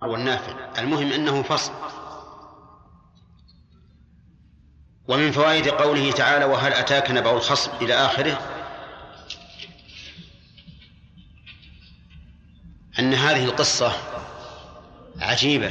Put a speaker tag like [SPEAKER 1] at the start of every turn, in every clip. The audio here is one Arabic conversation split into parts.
[SPEAKER 1] والنافع، المهم أنه فصل. ومن فوائد قوله تعالى وهل أتاك نبأ الخصم إلى آخره أن هذه القصة عجيبة،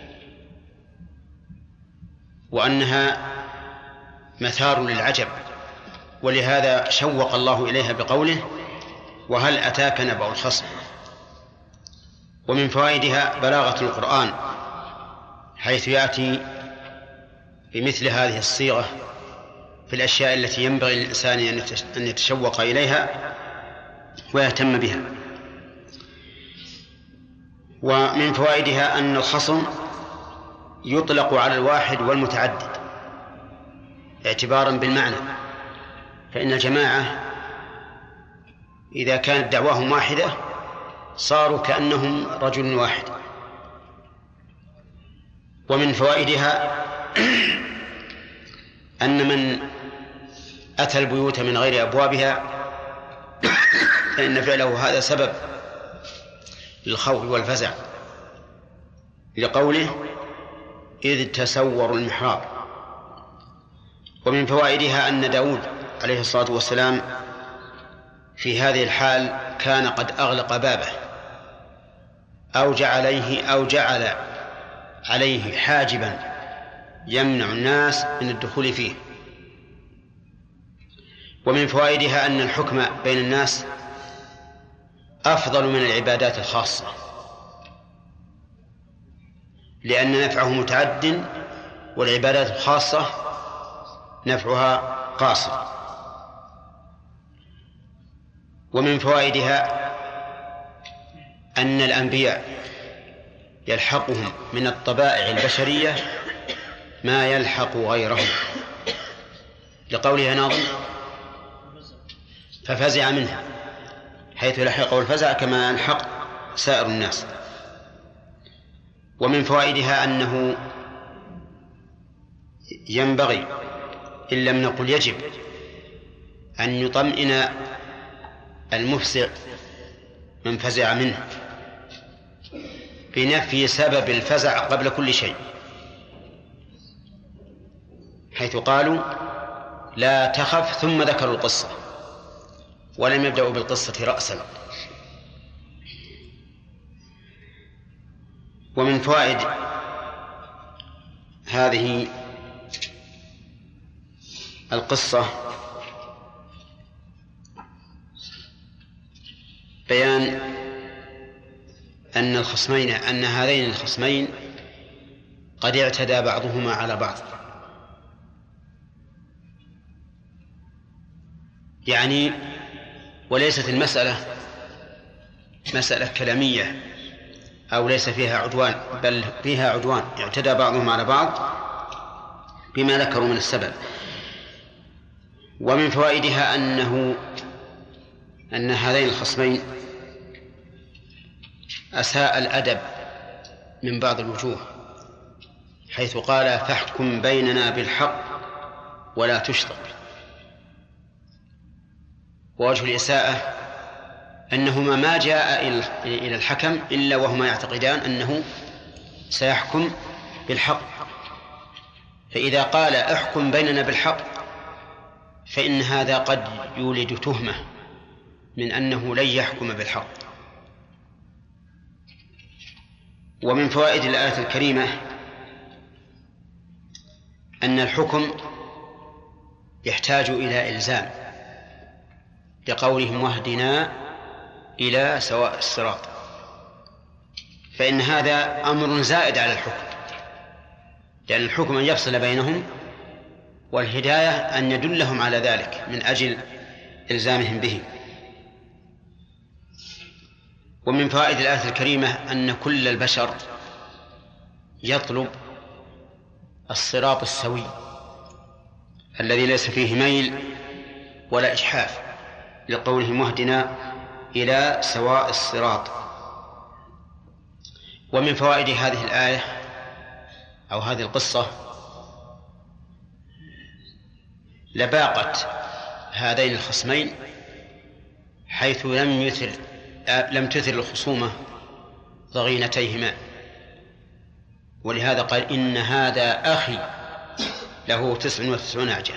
[SPEAKER 1] وأنها مثار للعجب، ولهذا شوق الله إليها بقوله وهل أتاك نبأ الخصم. ومن فوائدها بلاغة القرآن، حيث يأتي بمثل هذه الصيغة في الأشياء التي ينبغي للإنسان أن يتشوق إليها ويهتم بها. ومن فوائدها أن الخصم يطلق على الواحد والمتعدد اعتبارا بالمعنى، فإن الجماعة إذا كانت دعواهم واحدة صاروا كأنهم رجل واحد. ومن فوائدها أن من أتى البيوت من غير أبوابها فإن فعله هذا سبب للخوف والفزع، لقوله إذ تسوروا المحراب. ومن فوائدها أن داود عليه الصلاة والسلام في هذه الحال كان قد أغلق بابه أو جعل عليه حاجبا يمنع الناس من الدخول فيه. ومن فوائدها أن الحكم بين الناس أفضل من العبادات الخاصة، لأن نفعه متعد والعبادات الخاصة نفعها قاصر. ومن فوائدها أن الأنبياء يلحقهم من الطبائع البشرية ما يلحق غيرهم، لقوله ناظم ففزع منها، حيث لحقه الفزع كما يلحق سائر الناس. ومن فوائدها أنه ينبغي إن لم نقل يجب أن يطمئن المفزع من فزع منه بنفي سبب الفزع قبل كل شيء، حيث قالوا لا تخف ثم ذكروا القصة ولم يبدأوا بالقصة رأسا. ومن فوائد هذه القصة بيان أن هذين الخصمين قد اعتدى بعضهما على بعض، يعني وليست المسألة مسألة كلامية أو ليس فيها عدوان، بل فيها عدوان، اعتدى بعضهم على بعض بما ذكروا من السبب. ومن فوائدها أن هذين الخصمين أساء الأدب من بعض الوجوه، حيث قال فاحكم بيننا بالحق ولا تشطط. ووجه الإساءة أنهما ما جاء إلى الحكم إلا وهما يعتقدان أنه سيحكم بالحق، فإذا قال احكم بيننا بالحق فإن هذا قد يولد تهمة من أنه لن يحكم بالحق. ومن فوائد الآية الكريمة أن الحكم يحتاج إلى إلزام، لقولهم واهدنا إلى سواء الصراط، فإن هذا أمر زائد على الحكم، لأن الحكم أن يفصل بينهم، والهداية أن يدلهم على ذلك من أجل إلزامهم به. ومن فوائد الآية الكريمة أن كل البشر يطلب الصراط السوي الذي ليس فيه ميل ولا إجحاف، لقوله مهدنا إلى سواء الصراط. ومن فوائد هذه الآية أو هذه القصة لباقة هذين الخصمين، حيث لم تثر الخصومة ضغينتيهما، ولهذا قال إن هذا أخي له 99 نعجة،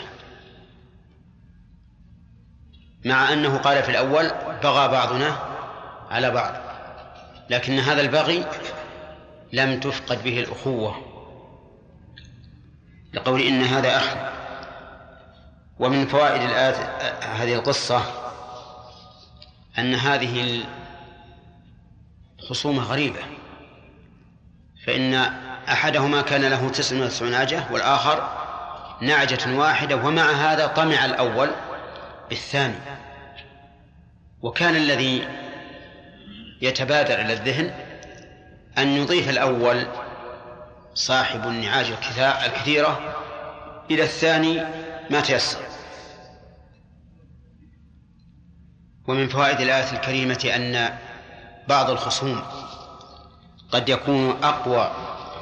[SPEAKER 1] مع أنه قال في الأول بغى بعضنا على بعض، لكن هذا البغي لم تفقد به الأخوة لقول إن هذا أخي. ومن فوائد هذه القصة أن هذه الخصومة غريبة، فإن أحدهما كان له 99 نعجة والآخر نعجة واحدة، ومع هذا طمع الأول بالثاني. وكان الذي يتبادر إلى الذهن أن يضيف الأول صاحب النعاج الكثيرة إلى الثاني ما تيسر. ومن فوائد الآية الكريمة أن بعض الخصوم قد يكون أقوى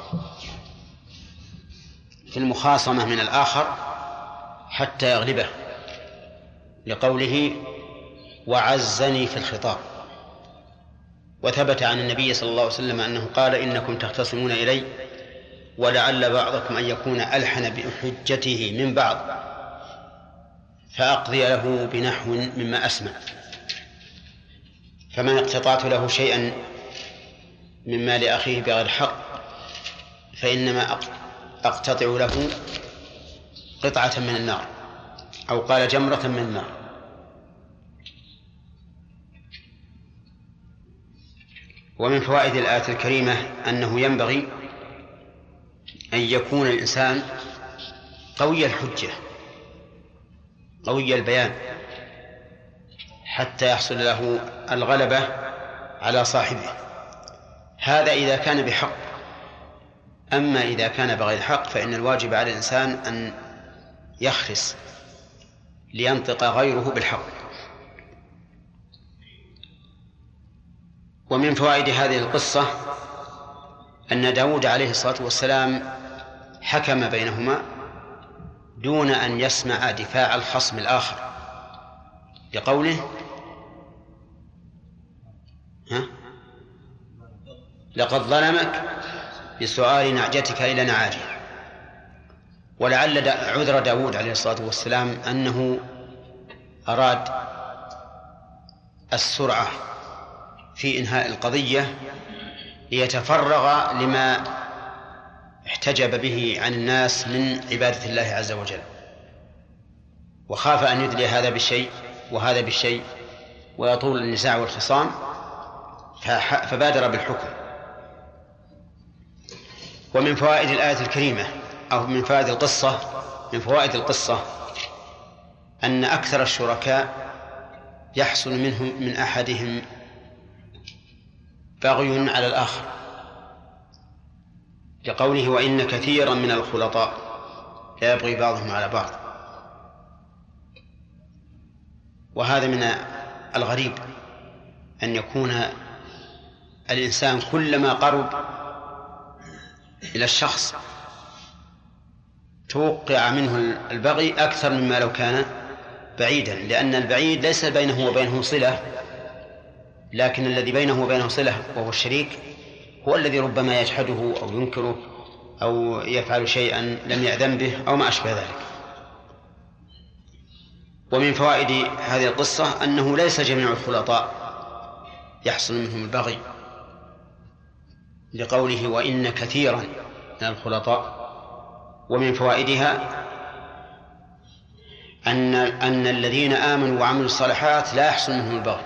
[SPEAKER 1] في المخاصمة من الآخر حتى يغلبه، لقوله وعزني في الخطاب. وثبت عن النبي صلى الله عليه وسلم أنه قال إنكم تختصمون إلي ولعل بعضكم أن يكون ألحن بحجته من بعض فأقضي له بنحو مما أسمع، فمن اقتطعت له شيئا من مال أخيه بغير حق فإنما أقتطع له قطعة من النار، أو قال جمرة من النار. ومن فوائد الآية الكريمة أنه ينبغي أن يكون الإنسان قوي الحجة قوي البيان حتى يحصل له الغلبة على صاحبه، هذا إذا كان بحق. أما إذا كان بغير حق فإن الواجب على الإنسان أن يخرس لينطق غيره بالحق. ومن فوائد هذه القصة أن داود عليه الصلاة والسلام حكم بينهما دون أن يسمع دفاع الخصم الآخر، لقوله لقد ظلمك بسؤال نعجتك إلى نعاجه. ولعل عذر داود عليه الصلاة والسلام أنه أراد السرعة في إنهاء القضية ليتفرغ لما احتجب به عن الناس من عبادة الله عز وجل، وخاف أن يدلي هذا بالشيء وهذا بالشيء ويطول النزاع والخصام، فبادر بالحكم. ومن فوائد الآية الكريمة أو من فوائد القصة أن أكثر الشركاء يحصل من أحدهم بغي على الآخر، لقوله وإن كثيرا من الخلطاء لا يبغي بعضهم على بعض. وهذا من الغريب أن يكون الإنسان كلما قرب إلى الشخص توقع منه البغي أكثر مما لو كان بعيدا، لأن البعيد ليس بينه وبينه صلة، لكن الذي بينه وبينه صلة وهو الشريك هو الذي ربما يجحده أو ينكره أو يفعل شيئا لم يأذن به أو ما أشبه ذلك. ومن فوائد هذه القصة أنه ليس جميع الخلطاء يحصل منهم البغي، لقوله وإن كثيرا من الخلطاء. ومن فوائدها أن الذين آمنوا وعملوا الصالحات لا يحصل منهم البغي،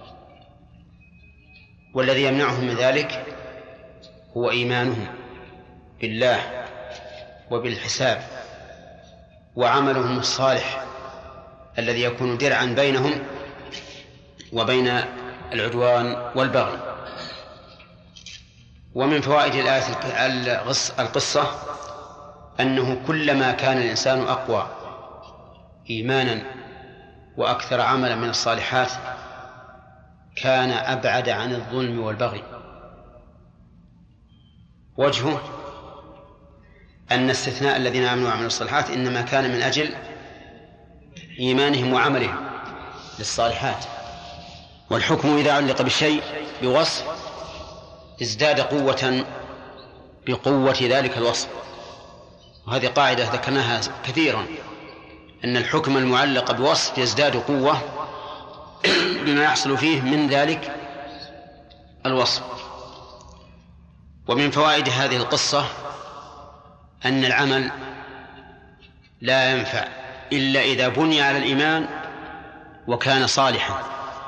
[SPEAKER 1] والذي يمنعهم من ذلك هو إيمانهم بالله وبالحساب وعملهم الصالح الذي يكون درعا بينهم وبين العدوان والبغي. ومن فوائد القصة أنه كلما كان الإنسان أقوى إيمانا وأكثر عملا من الصالحات كان أبعد عن الظلم والبغي. وجهه أن استثناء الذين آمنوا وعملوا الصالحات إنما كان من أجل إيمانهم وعملهم للصالحات، والحكم إذا علق بالشيء بوصف ازداد قوة بقوة ذلك الوصف. وهذه قاعدة ذكرناها كثيرا، أن الحكم المعلق بوصف يزداد قوة بما يحصل فيه من ذلك الوصف. ومن فوائد هذه القصة أن العمل لا ينفع إلا إذا بني على الإيمان وكان صالحا،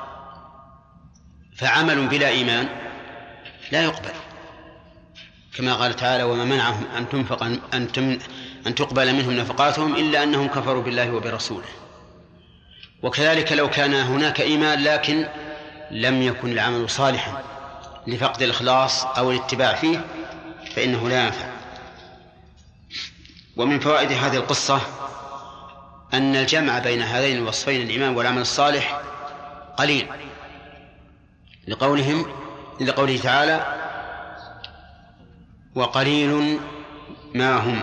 [SPEAKER 1] فعمل بلا إيمان لا يقبل، كما قال تعالى: وما منعهم أن تقبل منهم نفقاتهم إلا أنهم كفروا بالله وبرسوله. وكذلك لو كان هناك إيمان لكن لم يكن العمل صالحا لفقد الإخلاص أو الاتباع فيه فإنه لا ينفع. ومن فوائد هذه القصة أن الجمع بين هذين الوصفين الإيمان والعمل الصالح قليل، لقوله تعالى: وقليل ما هم.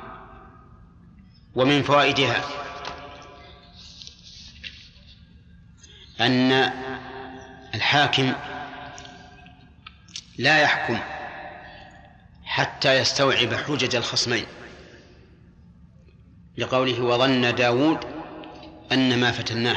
[SPEAKER 1] ومن فوائدها أن الحاكم لا يحكم حتى يستوعب حجج الخصمين، لقوله: وظن داود أن ما فتناه.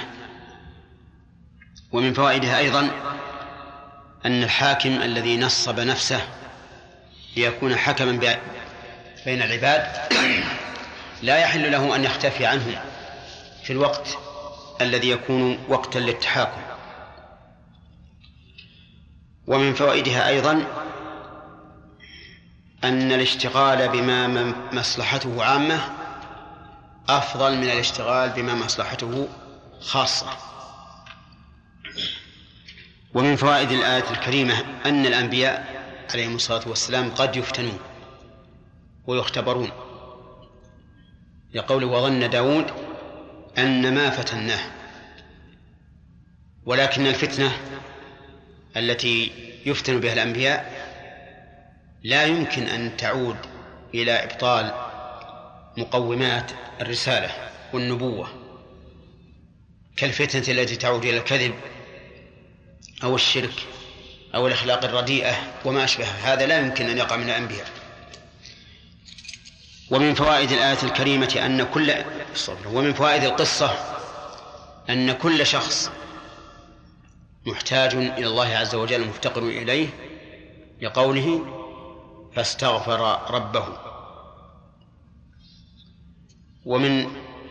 [SPEAKER 1] ومن فوائدها أيضا أن الحاكم الذي نصب نفسه ليكون حكما بين العباد لا يحل له أن يختفي عنهم في الوقت الذي يكون وقتا للتحاكم. ومن فوائدها أيضا أن الاشتغال بما مصلحته عامة أفضل من الاشتغال بما مصلحته خاصة. ومن فوائد الآية الكريمة أن الأنبياء عليهم الصلاة والسلام قد يفتنون ويختبرون، لقوله: وظن داود أن ما فتناه. ولكن الفتنة التي يفتن بها الأنبياء لا يمكن أن تعود إلى إبطال مقومات الرسالة والنبوة، كالفتنة التي تعود إلى الكذب أو الشرك أو الأخلاق الرديئة وما أشبه هذا، لا يمكن أن يقع من الأنبياء. ومن فوائد الآية الكريمة ومن فوائد القصة أن كل شخص محتاج إلى الله عز وجل مفتقر إليه، لقوله: فاستغفر ربه. ومن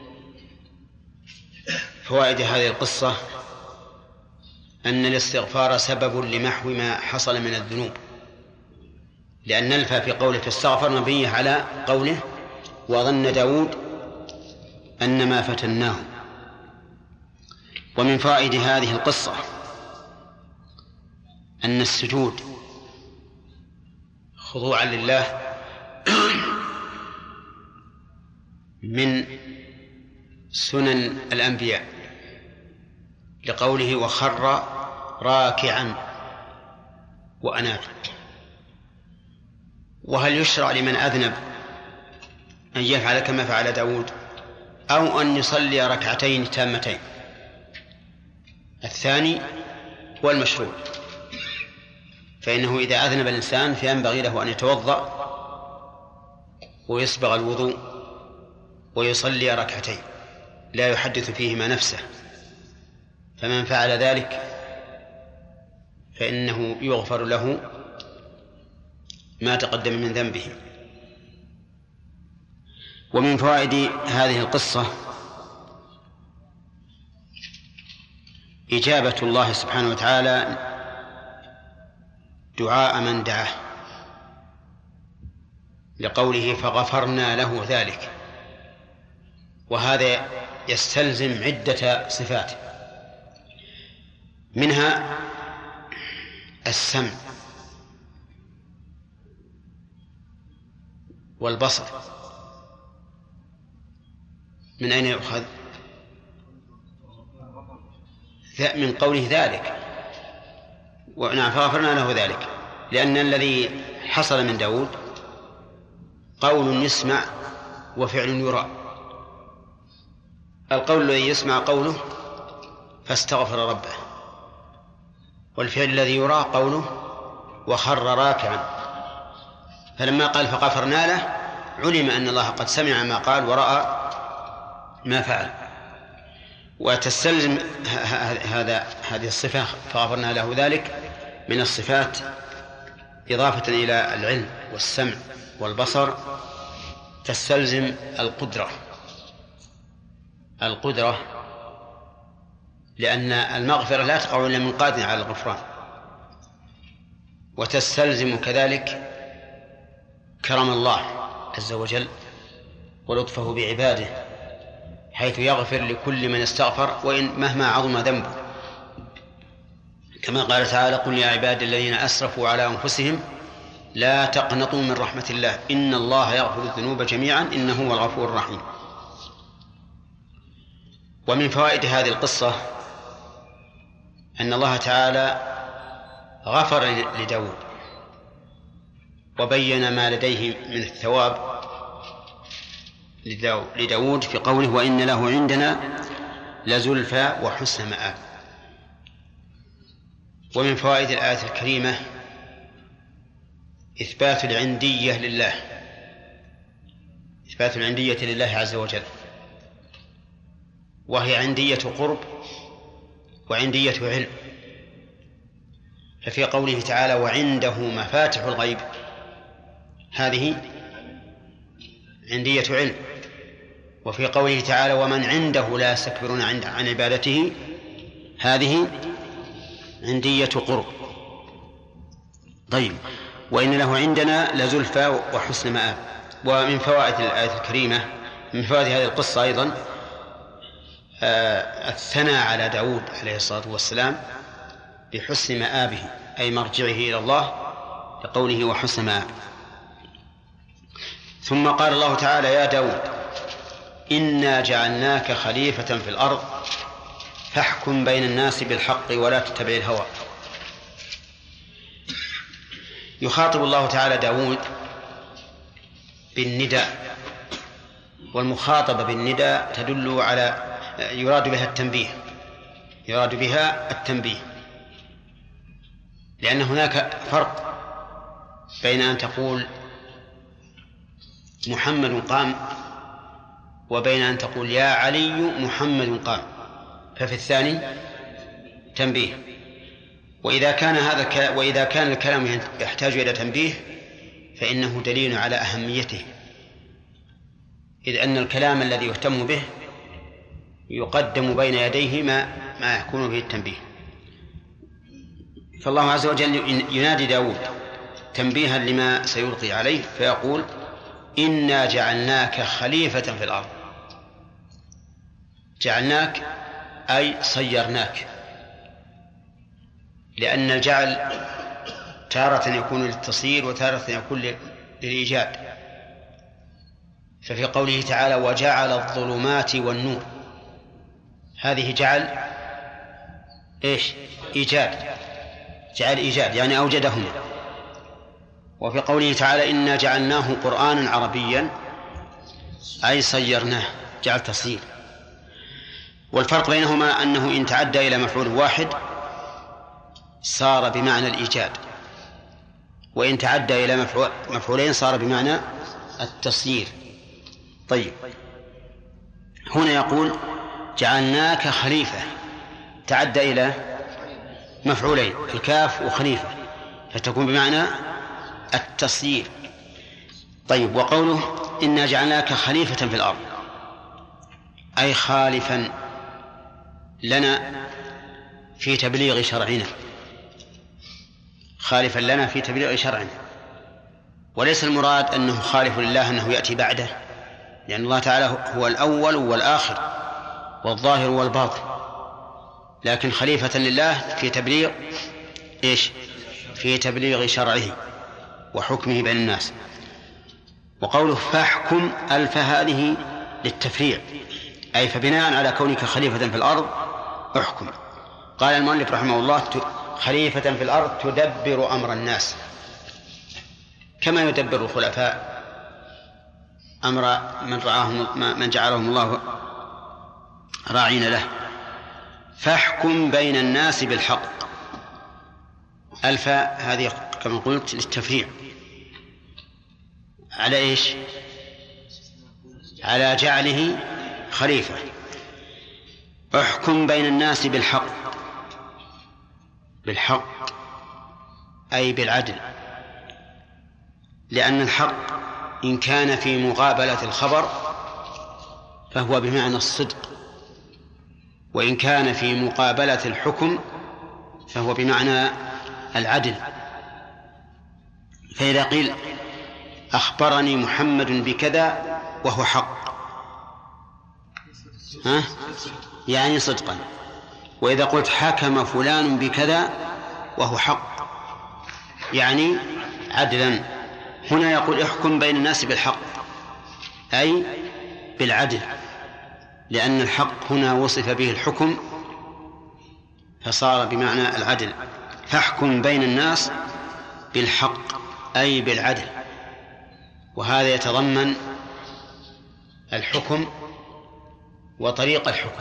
[SPEAKER 1] فوائد هذه القصة أن الاستغفار سبب لمحو ما حصل من الذنوب، لأن نلفى في قوله فاستغفر مبنية على قوله: وظن داود أن ما فتناه. ومن فوائد هذه القصة أن السجود خضوعا لله من سنن الأنبياء، لقوله: وخر راكعا وأناب. وهل يشرع لمن أذنب أن يفعل كما فعل داود أو أن يصلي ركعتين تامتين؟ الثاني هو المشروع، فإنه إذا أذنب الإنسان فينبغي له أن يتوضأ ويسبغ الوضوء ويصلي ركعتين لا يحدث فيهما نفسه، فمن فعل ذلك فإنه يغفر له ما تقدم من ذنبه. ومن فوائد هذه القصة إجابة الله سبحانه وتعالى دعاء من دعاه، لقوله: فغفرنا له ذلك. وهذا يستلزم عدة صفات، منها السمع والبصر. من أين يؤخذ؟ من قوله ذلك. ونعم، فغفرنا له ذلك، لأن الذي حصل من داود قول يسمع وفعل يرى. القول الذي يسمع قوله فاستغفر ربه، والفعل الذي يرى قوله وخر راكعا. فلما قال فغفرنا له علم أن الله قد سمع ما قال ورأى ما فعل. وتستلزم هذه الصفة فغفرنا له ذلك من الصفات إضافة إلى العلم والسمع والبصر تستلزم القدرة لأن المغفرة لا تقع إلا من قادر على الغفران. وتستلزم كذلك كرم الله عز وجل ولطفه بعباده حيث يغفر لكل من استغفر وإن مهما عظم ذنبه، كما قال تعالى قل يا عبادي الذين أسرفوا على أنفسهم لا تقنطوا من رحمة الله إن الله يغفر الذنوب جميعا إنه هو الغفور الرحيم. ومن فوائد هذه القصة أن الله تعالى غفر لداود وبين ما لديه من الثواب لداود في قوله وإن له عندنا لزلفى وحسن مآب. ومن فوائد الآية الكريمة إثبات العندية لله عز وجل، وهي عندية قرب وعندية علم. ففي قوله تعالى وعنده مفاتح الغيب هذه عندية علم، وفي قوله تعالى ومن عنده لا يستكبرون عن عبادته هذه عندية قرب. طيب وإن له عندنا لزلفى وحسن مآب. ومن فوائد الآية الكريمة من فوائد هذه القصة أيضا الثناء على داود عليه الصلاة والسلام بحسن مآبه أي مرجعه إلى الله لقوله وحسن مآب. ثم قال الله تعالى يا داود إنا جعلناك خليفة في الأرض فاحكم بين الناس بالحق ولا تتبع الهوى. يخاطب الله تعالى داود بالنداء، والمخاطبة بالنداء تدل على يراد بها التنبيه لأن هناك فرق بين أن تقول محمد قام وبين أن تقول يا علي محمد قام، ففي الثاني تنبيه. وإذا كان الكلام يحتاج إلى تنبيه فإنه دليل على أهميته، إذ أن الكلام الذي يهتم به يقدم بين يديه ما يكون به التنبيه. فالله عز وجل ينادي داود تنبيها لما سيلقي عليه فيقول إنا جعلناك خليفة في الأرض. جعلناك أي صيرناك، لأن الجعل تارة يكون للتصير وتارة يكون للإيجاد. ففي قوله تعالى وجعل الظلمات والنور هذه جعل إيجاد، جعل إيجاد يعني أوجدهما. وفي قوله تعالى إنا جعلناه قرآنا عربيا أي صيرناه، جعل تصير. والفرق بينهما أنه إن تعدى إلى مفعول واحد صار بمعنى الإيجاد، وإن تعدى إلى مفعولين صار بمعنى التصيير. طيب هنا يقول جعلناك خليفة، تعدى إلى مفعولين الكاف وخليفة فتكون بمعنى التصيير. طيب وقوله إنا جعلناك خليفة في الأرض أي خالفا لنا في تبليغ شرعنا، خالفا لنا في تبليغ شرعنا. وليس المراد أنه خالف لله أنه يأتي بعده، لأن الله تعالى هو الأول والآخر والظاهر والباطن، لكن خليفة لله في تبليغ في تبليغ شرعه وحكمه بين الناس. وقوله فاحكم ألف هذه للتفريع أي فبناء على كونك خليفة في الأرض احكم. قال المؤلف رحمه الله خليفة في الأرض تدبر أمر الناس كما يدبر الخلفاء أمر من جعلهم الله راعين له. فاحكم بين الناس بالحق ألف هذه كما قلت للتفريع، على إيش؟ على جعله خليفة. احكم بين الناس بالحق أي بالعدل، لأن الحق إن كان في مقابلة الخبر فهو بمعنى الصدق، وإن كان في مقابلة الحكم فهو بمعنى العدل. فإذا قيل أخبرني محمد بكذا وهو حق يعني صدقا، وإذا قلت حكم فلان بكذا وهو حق يعني عدلا. هنا يقول احكم بين الناس بالحق أي بالعدل، لأن الحق هنا وصف به الحكم فصار بمعنى العدل. فاحكم بين الناس بالحق أي بالعدل، وهذا يتضمن الحكم وطريق الحكم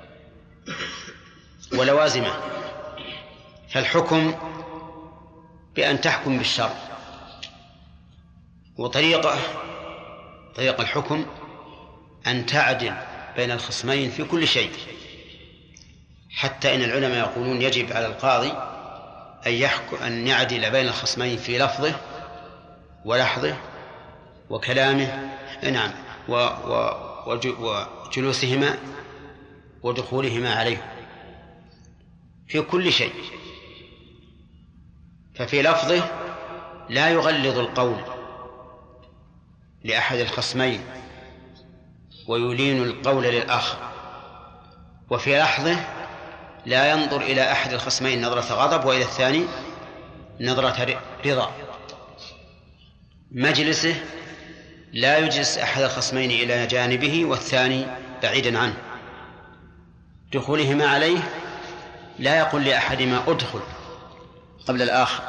[SPEAKER 1] ولوازمه. فالحكم بأن تحكم بالشرع، وطريق الحكم أن تعدل بين الخصمين في كل شيء، حتى إن العلماء يقولون يجب على القاضي أن يعدل بين الخصمين في لفظه ولحظه وكلامه، نعم، وجلوسهما ودخولهما عليه في كل شيء. ففي لفظه لا يغلظ القول لأحد الخصمين ويلين القول للآخر، وفي لحظه لا ينظر إلى أحد الخصمين نظرة غضب وإلى الثاني نظرة رضا. مجلسه لا يجلس أحد الخصمين إلى جانبه والثاني بعيدا عنه. دخولهما عليه لا يقول لأحدهما أدخل قبل الآخر،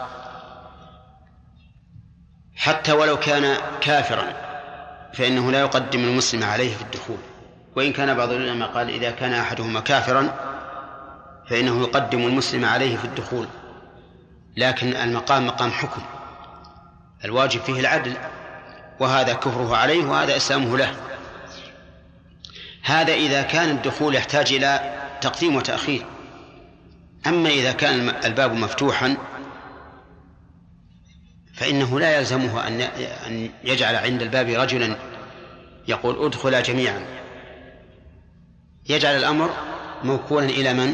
[SPEAKER 1] حتى ولو كان كافرا فإنه لا يقدم المسلم عليه في الدخول، وإن كان بعض العلماء قال إذا كان أحدهما كافرا فإنه يقدم المسلم عليه في الدخول، لكن المقام مقام حكم، الواجب فيه العدل، وهذا كفره عليه وهذا إسلامه له. هذا إذا كان الدخول يحتاج إلى تقديم وتأخير. أما إذا كان الباب مفتوحا فإنه لا يلزمه أن يجعل عند الباب رجلا يقول ادخلا جميعا، يجعل الأمر موكولا إلى من؟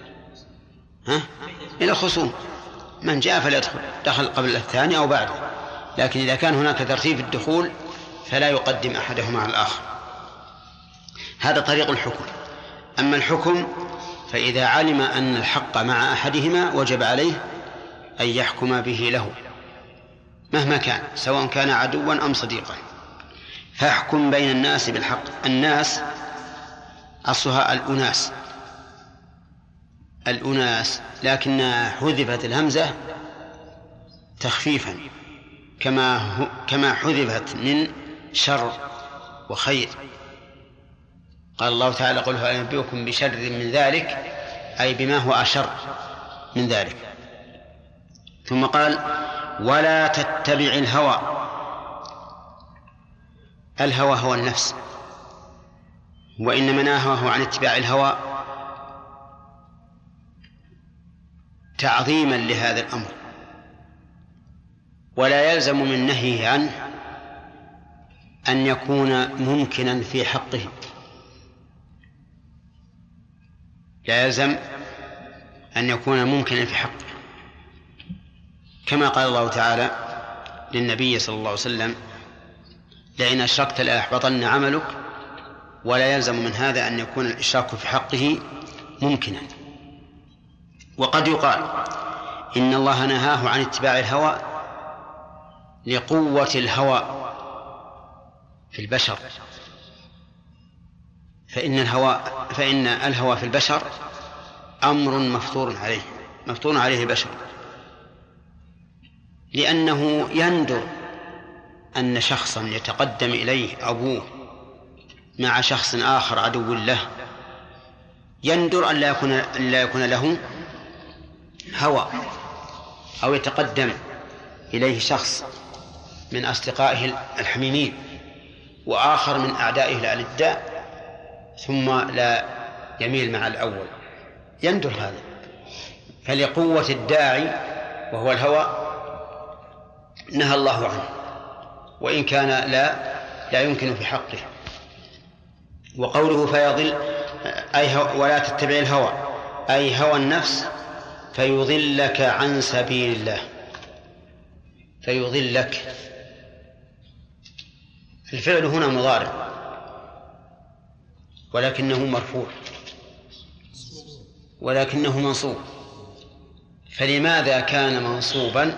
[SPEAKER 1] إلى الخصوم، من جاء فليدخل، دخل قبل الثاني أو بعده. لكن إذا كان هناك ترتيب في الدخول فلا يقدم أحدهما على الآخر. هذا طريق الحكم. أما الحكم فإذا علم أن الحق مع أحدهما وجب عليه أن يحكم به له مهما كان، سواء كان عدوا أم صديقا. فاحكم بين الناس بالحق. الناس أصلها الأناس، لكنها حذفت الهمزة تخفيفا كما حذفت من شر وخير. قال الله تعالى قل هل أنبئكم بشر من ذلك، أي بما هو أشر من ذلك. ثم قال ولا تتبع الهوى هو النفس، وإنما نهاه عن اتباع الهوى تعظيما لهذا الأمر، ولا يلزم من نهيه عنه أن يكون ممكنا في حقه، لا يلزم أن يكون ممكنا في حقه، كما قال الله تعالى للنبي صلى الله عليه وسلم لئن أشركت ليحبطن عملك، ولا يلزم من هذا أن يكون الإشراك في حقه ممكنا. وقد يقال إن الله نهاه عن اتباع الهوى لقوة الهوى في البشر، فإن الهوى في البشر أمر مفطور عليه البشر، لأنه يندر أن شخصا يتقدم إليه أبوه مع شخص آخر عدو له، يندر أن لا يكون له هوى، أو يتقدم إليه شخص من أصدقائه الحميمين، وآخر من أعدائه الألداء، ثم لا يميل مع الأول، يندر هذا. فلقوة الداعي وهو الهوى نهى الله عنه، وإن كان لا يمكن في حقه. وقوله فيضل ولا تتبع الهوى أي هوى النفس فيضلك عن سبيل الله. فيضلك، الفعل هنا مضارع ولكنه مرفوع ولكنه منصوب. فلماذا كان منصوبا؟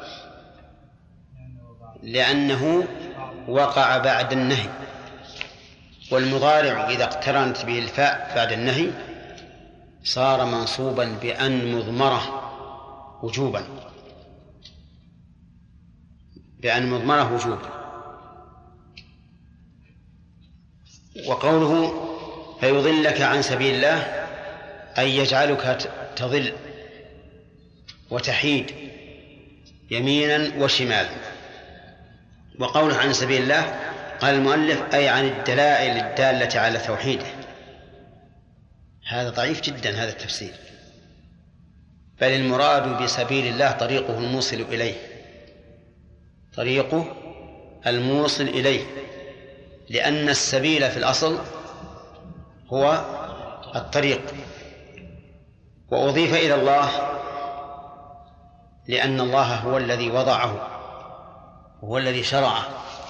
[SPEAKER 1] لأنه وقع بعد النهي، والمضارع إذا اقترنت به الفاء بعد النهي صار منصوبا بأن مضمرة وجوبا، بأن مضمرة وجوبا. وقوله فيضلك عن سبيل الله أي يجعلك تضل وتحيد يمينا وشمالا. وقوله عن سبيل الله قال المؤلف أي عن الدلائل الدالة على توحيده. هذا ضعيف جدا هذا التفسير، بل المراد بسبيل الله طريقه الموصل إليه، طريقه الموصل إليه، لأن السبيل في الأصل هو الطريق، وأضيف إلى الله لأن الله هو الذي وضعه وهو الذي شرعه،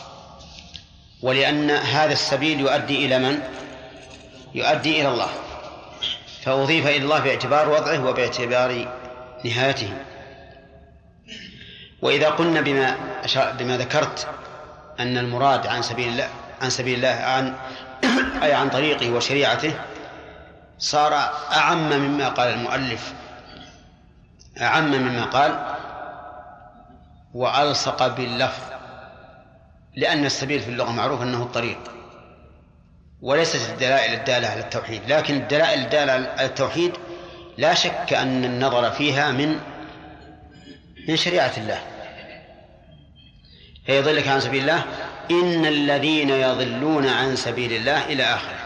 [SPEAKER 1] ولأن هذا السبيل يؤدي إلى من؟ يؤدي إلى الله، فأضيف إلى الله باعتبار وضعه وباعتبار نهايته. وإذا قلنا بما ذكرت أن المراد عن سبيل الله أي عن طريقه وشريعته، صار أعم مما قال المؤلف، أعم مما قال وألصق باللفظ، لأن السبيل في اللغة معروف أنه الطريق، وليست الدلائل الدالة على التوحيد. لكن الدلائل الدالة على التوحيد لا شك أن النظر فيها من شريعة الله. فيضلك عن سبيل الله إن الذين يضلون عن سبيل الله إلى آخره.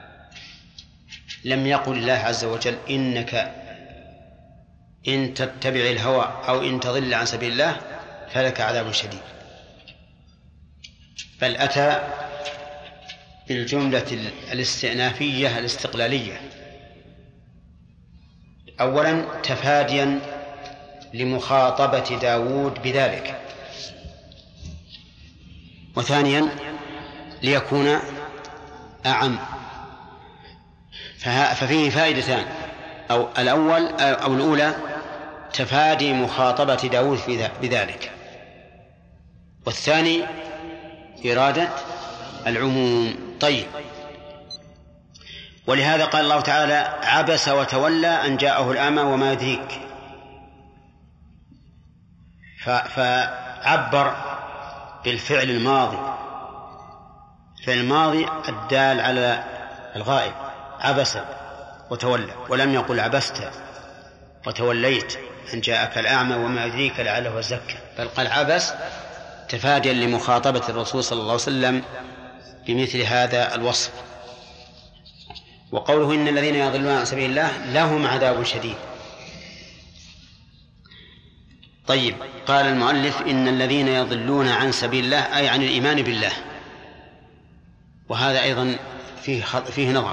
[SPEAKER 1] لم يقل الله عز وجل إنك إن تتبع الهوى أو إن تضل عن سبيل الله فلك عذاب شديد، بل أتى بالجملة الاستئنافية الاستقلالية، أولا تفاديا لمخاطبة داود بذلك، وثانيا ليكون أعم. ففيه فائدتان، أو الأولى تفادي مخاطبة داود بذلك، والثاني إرادة العموم. طيب، ولهذا قال الله تعالى عبس وتولى أن جاءه الأعمى وما يدريك، فعبر بالفعل الماضي، فعل الماضي الدال على الغائب، عبس وتولى، ولم يقل عبست وتوليت أن جاءك الأعمى وما يدريك لعله يزكى، بل قال عبس تفاديا لمخاطبة الرسول صلى الله عليه وسلم بمثل هذا الوصف. وقوله إن الذين يضلون عن سبيل الله لهم عذاب شديد. طيب، قال المؤلف إن الذين يضلون عن سبيل الله أي عن الإيمان بالله، وهذا أيضا فيه نظر،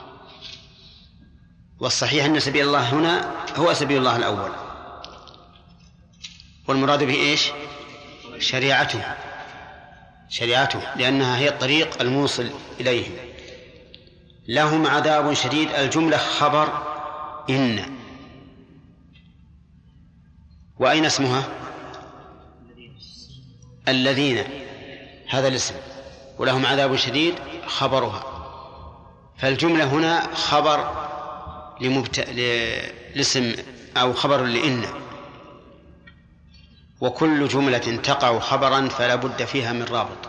[SPEAKER 1] والصحيح أن سبيل الله هنا هو سبيل الله الأول، والمراد به إيش؟ شريعته، لأنها هي الطريق الموصل إليه. لهم عذاب شديد، الجملة خبر إن، وأين اسمها؟ الذين، هذا الاسم، ولهم عذاب شديد خبرها. فالجملة هنا خبر لاسم أو خبر لإن، وكل جملة تقع خبرا فلا بد فيها من رابط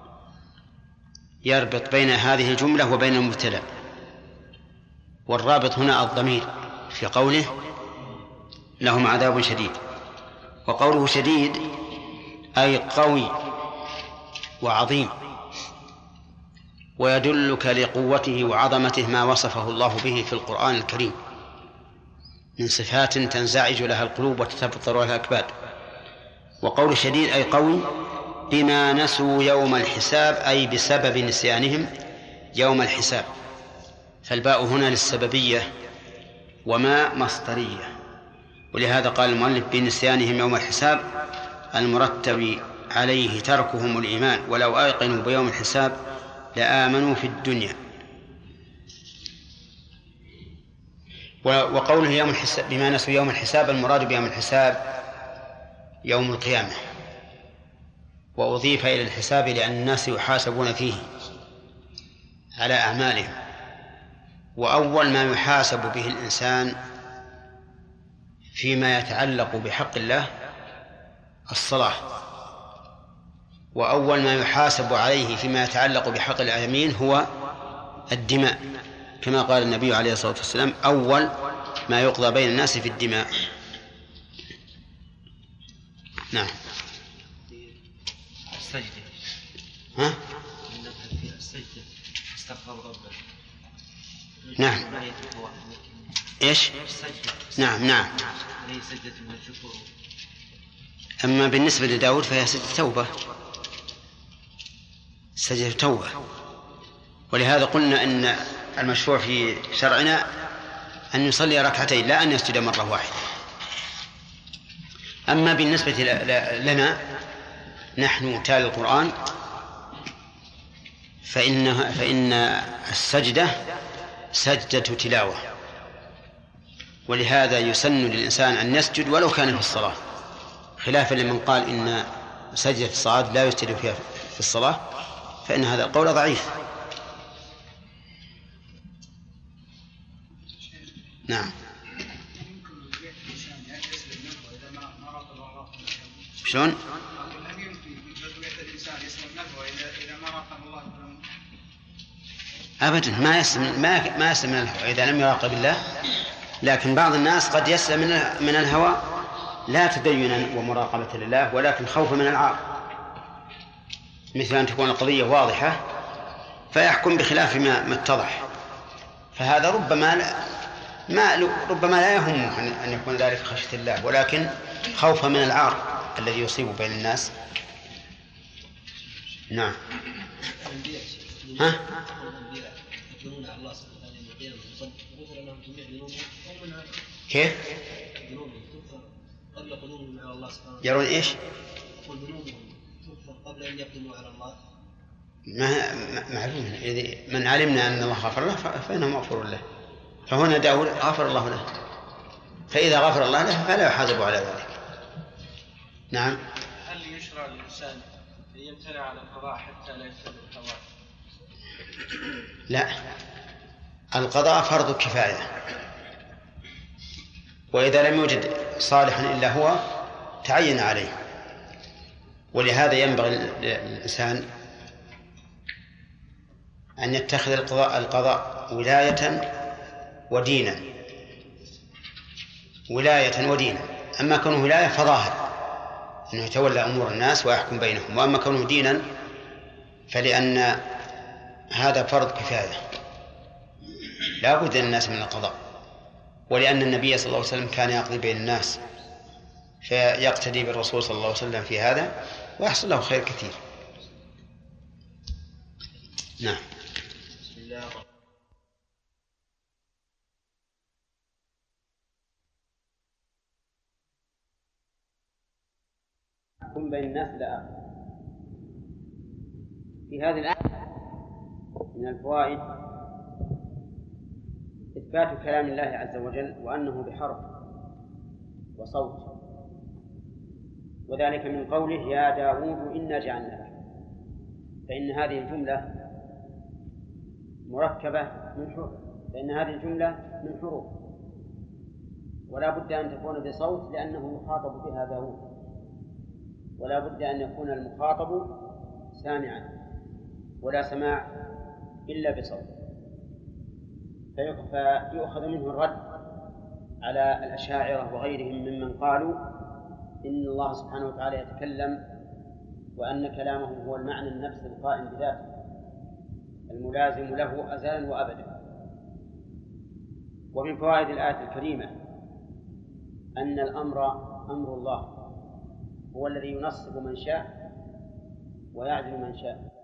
[SPEAKER 1] يربط بين هذه الجملة وبين المبتدأ، والرابط هنا الضمير في قوله لهم عذاب شديد. وقوله شديد أي قوي وعظيم، ويدلك لقوته وعظمته ما وصفه الله به في القرآن الكريم من صفات تنزعج لها القلوب وتتفطر لها الأكباد. وقول شديد أي قوي، بما نسوا يوم الحساب، أي بسبب نسيانهم يوم الحساب. فالباء هنا للسببية وما مصدرية، ولهذا قال المؤلف بنسيانهم يوم الحساب المرتب عليه تركهم الإيمان، ولو أيقنوا بيوم الحساب لآمنوا في الدنيا. وقوله يوم الحساب بما نسوا يوم الحساب، المراد بيوم الحساب يوم القيامة، وأضيف إلى الحساب لأن الناس يحاسبون فيه على أعمالهم، وأول ما يحاسب به الإنسان فيما يتعلق بحق الله الصلاة، وأول ما يحاسب عليه فيما يتعلق بحق الآدمين هو الدماء، كما قال النبي عليه الصلاة والسلام: أول ما يقضى بين الناس في الدماء. نعم.
[SPEAKER 2] السجدة.
[SPEAKER 1] ها؟
[SPEAKER 2] السجدة استغفر ربه.
[SPEAKER 1] نعم. إيش؟
[SPEAKER 2] السجدة.
[SPEAKER 1] نعم.
[SPEAKER 2] هي سجدة من الشكر.
[SPEAKER 1] أما بالنسبة لداود فهي سجدة توبة، سجدة توبة. ولهذا قلنا أن المشروع في شرعنا أن يصلي ركعتين، لا أن يسجد مرة واحدة. أما بالنسبة لنا نحن تالي القرآن فإن السجدة سجدة تلاوة، ولهذا يسن للإنسان أن يسجد ولو كان في الصلاة، خلافا لمن قال إن سجدة الصلاة لا يسجد فيها في الصلاة، فإن هذا القول ضعيف. نعم. شلون؟ أبدا ما يسلم من الهوى إذا لم يراقب الله، لكن بعض الناس قد يسلم من الهوى لا تدينا ومراقبة لله، ولكن خوفا من العار، مثل أن تكون القضية واضحة فيحكم بخلاف ما اتضح، فهذا ربما لا يهمه أن يكون ذلك خشية الله، ولكن خوفا من العار الذي يصيب بين الناس. نعم. ها؟ كيف؟ يرون إيش؟ قبل أن يقدموا على الله. معلوم، من علمنا أن الله غفر له فإنه مغفور له، فهنا داود غفر الله له، فإذا غفر الله له فلا يحاسب على ذلك. نعم.
[SPEAKER 3] هل يشرع للإنسان أن يمتنع عن القضاء حتى لا يفسد الثواب؟
[SPEAKER 1] لا، القضاء فرض كفاية، وإذا لم يوجد صالحا إلا هو تعين عليه، ولهذا ينبغي للإنسان أن يتخذ القضاء ولاية ودينا، ولاية ودينا. أما كونه ولاية فظاهر أنه يتولى أمور الناس ويحكم بينهم، وأما كونه دينا فلأن هذا فرض كفاية لا بد للناس من القضاء، ولأن النبي صلى الله عليه وسلم كان يقضي بين الناس، فيقتدي بالرسول صلى الله عليه وسلم في هذا ويحصل له خير كثير. نعم.
[SPEAKER 2] بسم الله.
[SPEAKER 1] يحكم بين الناس لا آخر. في هذه الآية من الفوائد إثبات كلام الله عز وجل وأنه بحرف وصوت، وذلك من قوله: يا داود إنا جعلناك. فإن هذه الجملة مركبة من حروف، ولا بد أن تكون بصوت لأنه يخاطب بها داود، ولا بد أن يكون المخاطب سامعا، ولا سماع إلا بصوت، فيؤخذ منه الرد على الأشاعرة وغيرهم ممن قالوا إن الله سبحانه وتعالى يتكلم وأن كلامه هو المعنى النفس القائم بذاته الملازم له أزلا وأبدا. ومن فوائد الآية الكريمة أن الأمر أمر الله، هو الذي ينصب من شاء ويعدل من شاء.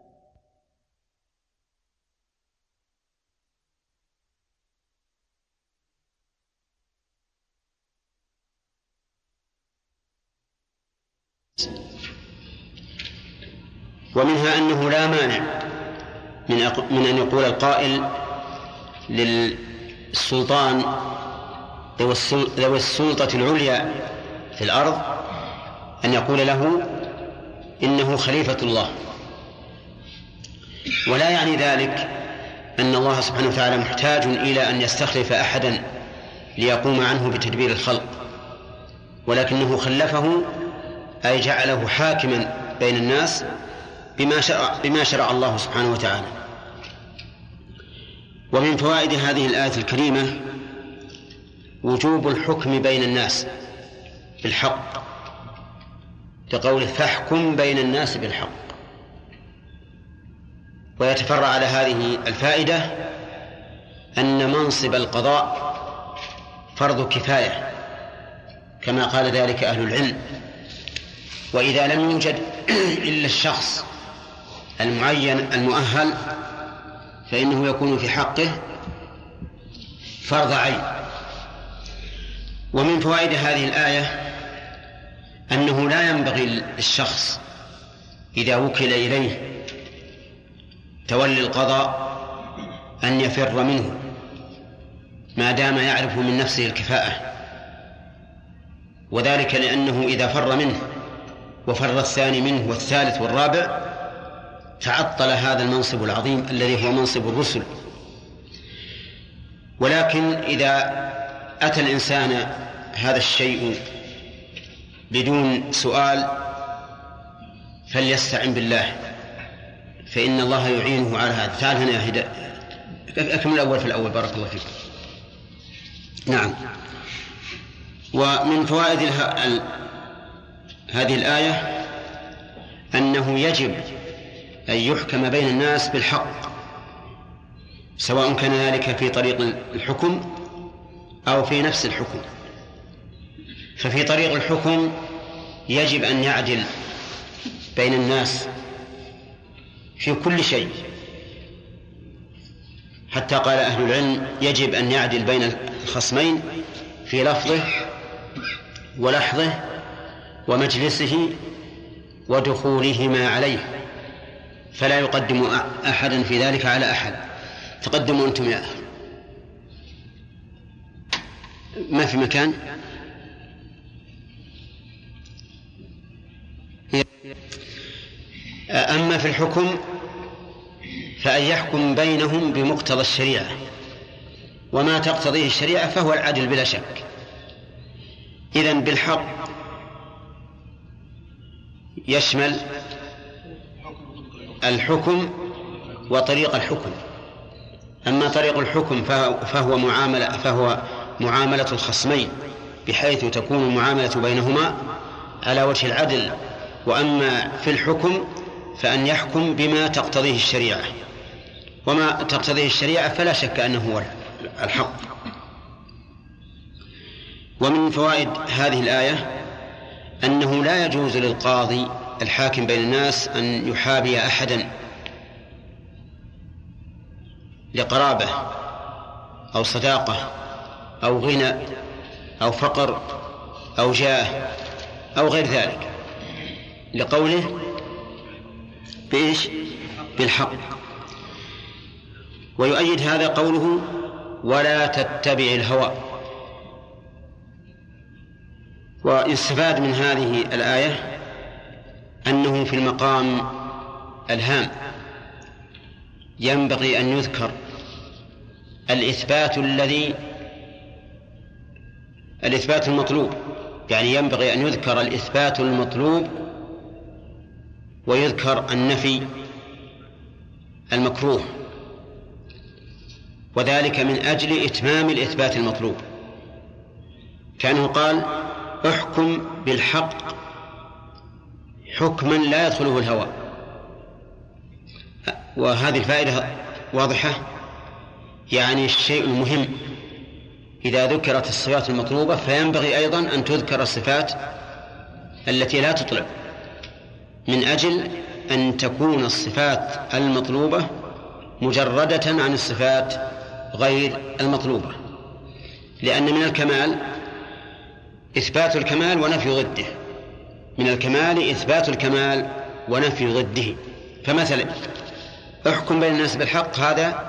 [SPEAKER 1] ومنها أنه لا مانع من أن يقول القائل للسلطان ذوي السلطة العليا في الأرض أن يقول له إنه خليفة الله، ولا يعني ذلك أن الله سبحانه وتعالى محتاج إلى أن يستخلف أحدا ليقوم عنه بتدبير الخلق، ولكنه خلفه أي جعله حاكما بين الناس بما شرع الله سبحانه وتعالى. ومن فوائد هذه الآية الكريمة وجوب الحكم بين الناس بالحق، لقوله فاحكم بين الناس بالحق. ويتفرع على هذه الفائدة أن منصب القضاء فرض كفاية كما قال ذلك أهل العلم، وإذا لم يوجد إلا الشخص المعين المؤهل فإنه يكون في حقه فرض عين. ومن فوائد هذه الآية أنه لا ينبغي للشخص إذا وكل إليه تولي القضاء أن يفر منه ما دام يعرف من نفسه الكفاءة، وذلك لأنه إذا فر منه وفر الثاني منه والثالث والرابع تعطل هذا المنصب العظيم الذي هو منصب الرسل. ولكن إذا أتى الإنسان هذا الشيء بدون سؤال فليستعن بالله، فإن الله يعينه على هذا. تعال هنا يا هداء، أكمل الأول في الأول، بارك الله فيك. نعم. ومن فوائد هذه الآية أنه يجب أن يحكم بين الناس بالحق، سواء كان ذلك في طريق الحكم أو في نفس الحكم. ففي طريق الحكم يجب أن يعدل بين الناس في كل شيء، حتى قال أهل العلم يجب أن يعدل بين الخصمين في لفظه ولحظه ومجلسه ودخولهما عليه، فلا يقدم أحدا في ذلك على أحد. تقدموا أنتم يا أخي، ما في مكان. أما في الحكم فأن يحكم بينهم بمقتضى الشريعة، وما تقتضيه الشريعة فهو العدل بلا شك. إذن بالحق يشمل الحكم وطريق الحكم. أما طريق الحكم فهو معاملة الخصمين، بحيث تكون المعاملة بينهما على وجه العدل. وأما في الحكم فأن يحكم بما تقتضيه الشريعة، وما تقتضيه الشريعة فلا شك أنه هو الحق. ومن فوائد هذه الآية أنه لا يجوز للقاضي الحاكم بين الناس أن يحابي أحدا لقرابة أو صداقة أو غنى أو فقر أو جاه أو غير ذلك، لقوله بإيش؟ بالحق. ويؤيد هذا قوله ولا تتبع الهوى. ويستفاد من هذه الآية أنه في المقام الهام ينبغي أن يذكر الإثبات المطلوب، يعني ينبغي أن يذكر الإثبات المطلوب ويذكر النفي المكروه، وذلك من أجل إتمام الإثبات المطلوب. كأنه قال احكم بالحق حكما لا يدخله الهوى. وهذه الفائدة واضحة، يعني الشيء المهم إذا ذكرت الصفات المطلوبة فينبغي أيضا أن تذكر الصفات التي لا تطلب، من أجل أن تكون الصفات المطلوبة مجردة عن الصفات غير المطلوبة، لأن من الكمال إثبات الكمال ونفي ضده، من الكمال إثبات الكمال ونفي ضده. فمثلا احكم بين الناس بالحق، هذا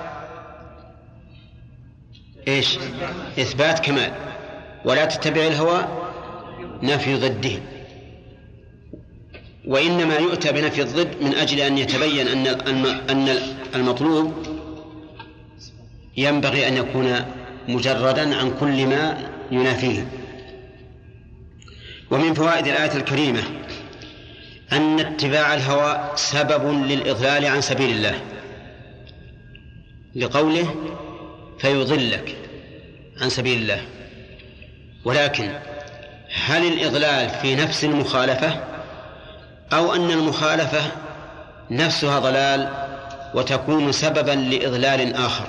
[SPEAKER 1] إيش؟ إثبات كمال. ولا تتبع الهوى، نفي ضده. وإنما يؤتى بنفي الضد من أجل أن يتبين أن المطلوب ينبغي أن يكون مجردا عن كل ما ينافيه. ومن فوائد الآية الكريمة أن اتباع الهوى سبب للإضلال عن سبيل الله، لقوله فيضلك عن سبيل الله. ولكن هل الإضلال في نفس المخالفة، أو أن المخالفة نفسها ضلال وتكون سببا لإضلال آخر؟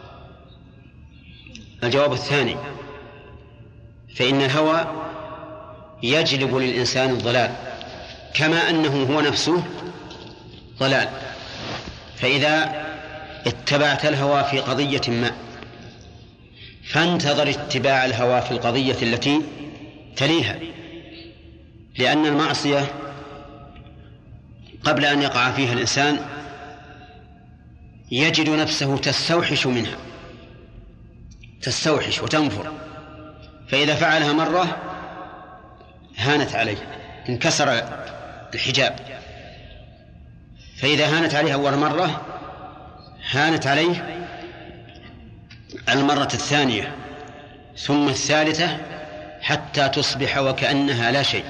[SPEAKER 1] الجواب الثاني، فإن الهوى يجلب للإنسان الضلال كما أنه هو نفسه ضلال. فإذا اتبعت الهوى في قضية ما فانتظر اتباع الهوى في القضية التي تليها، لأن المعصية قبل أن يقع فيها الإنسان يجد نفسه تستوحش منها، تستوحش وتنفر، فإذا فعلها مرة هانت عليه، انكسر الحجاب. فإذا هانت عليه أول مرة هانت عليه المرة الثانية ثم الثالثة حتى تصبح وكأنها لا شيء.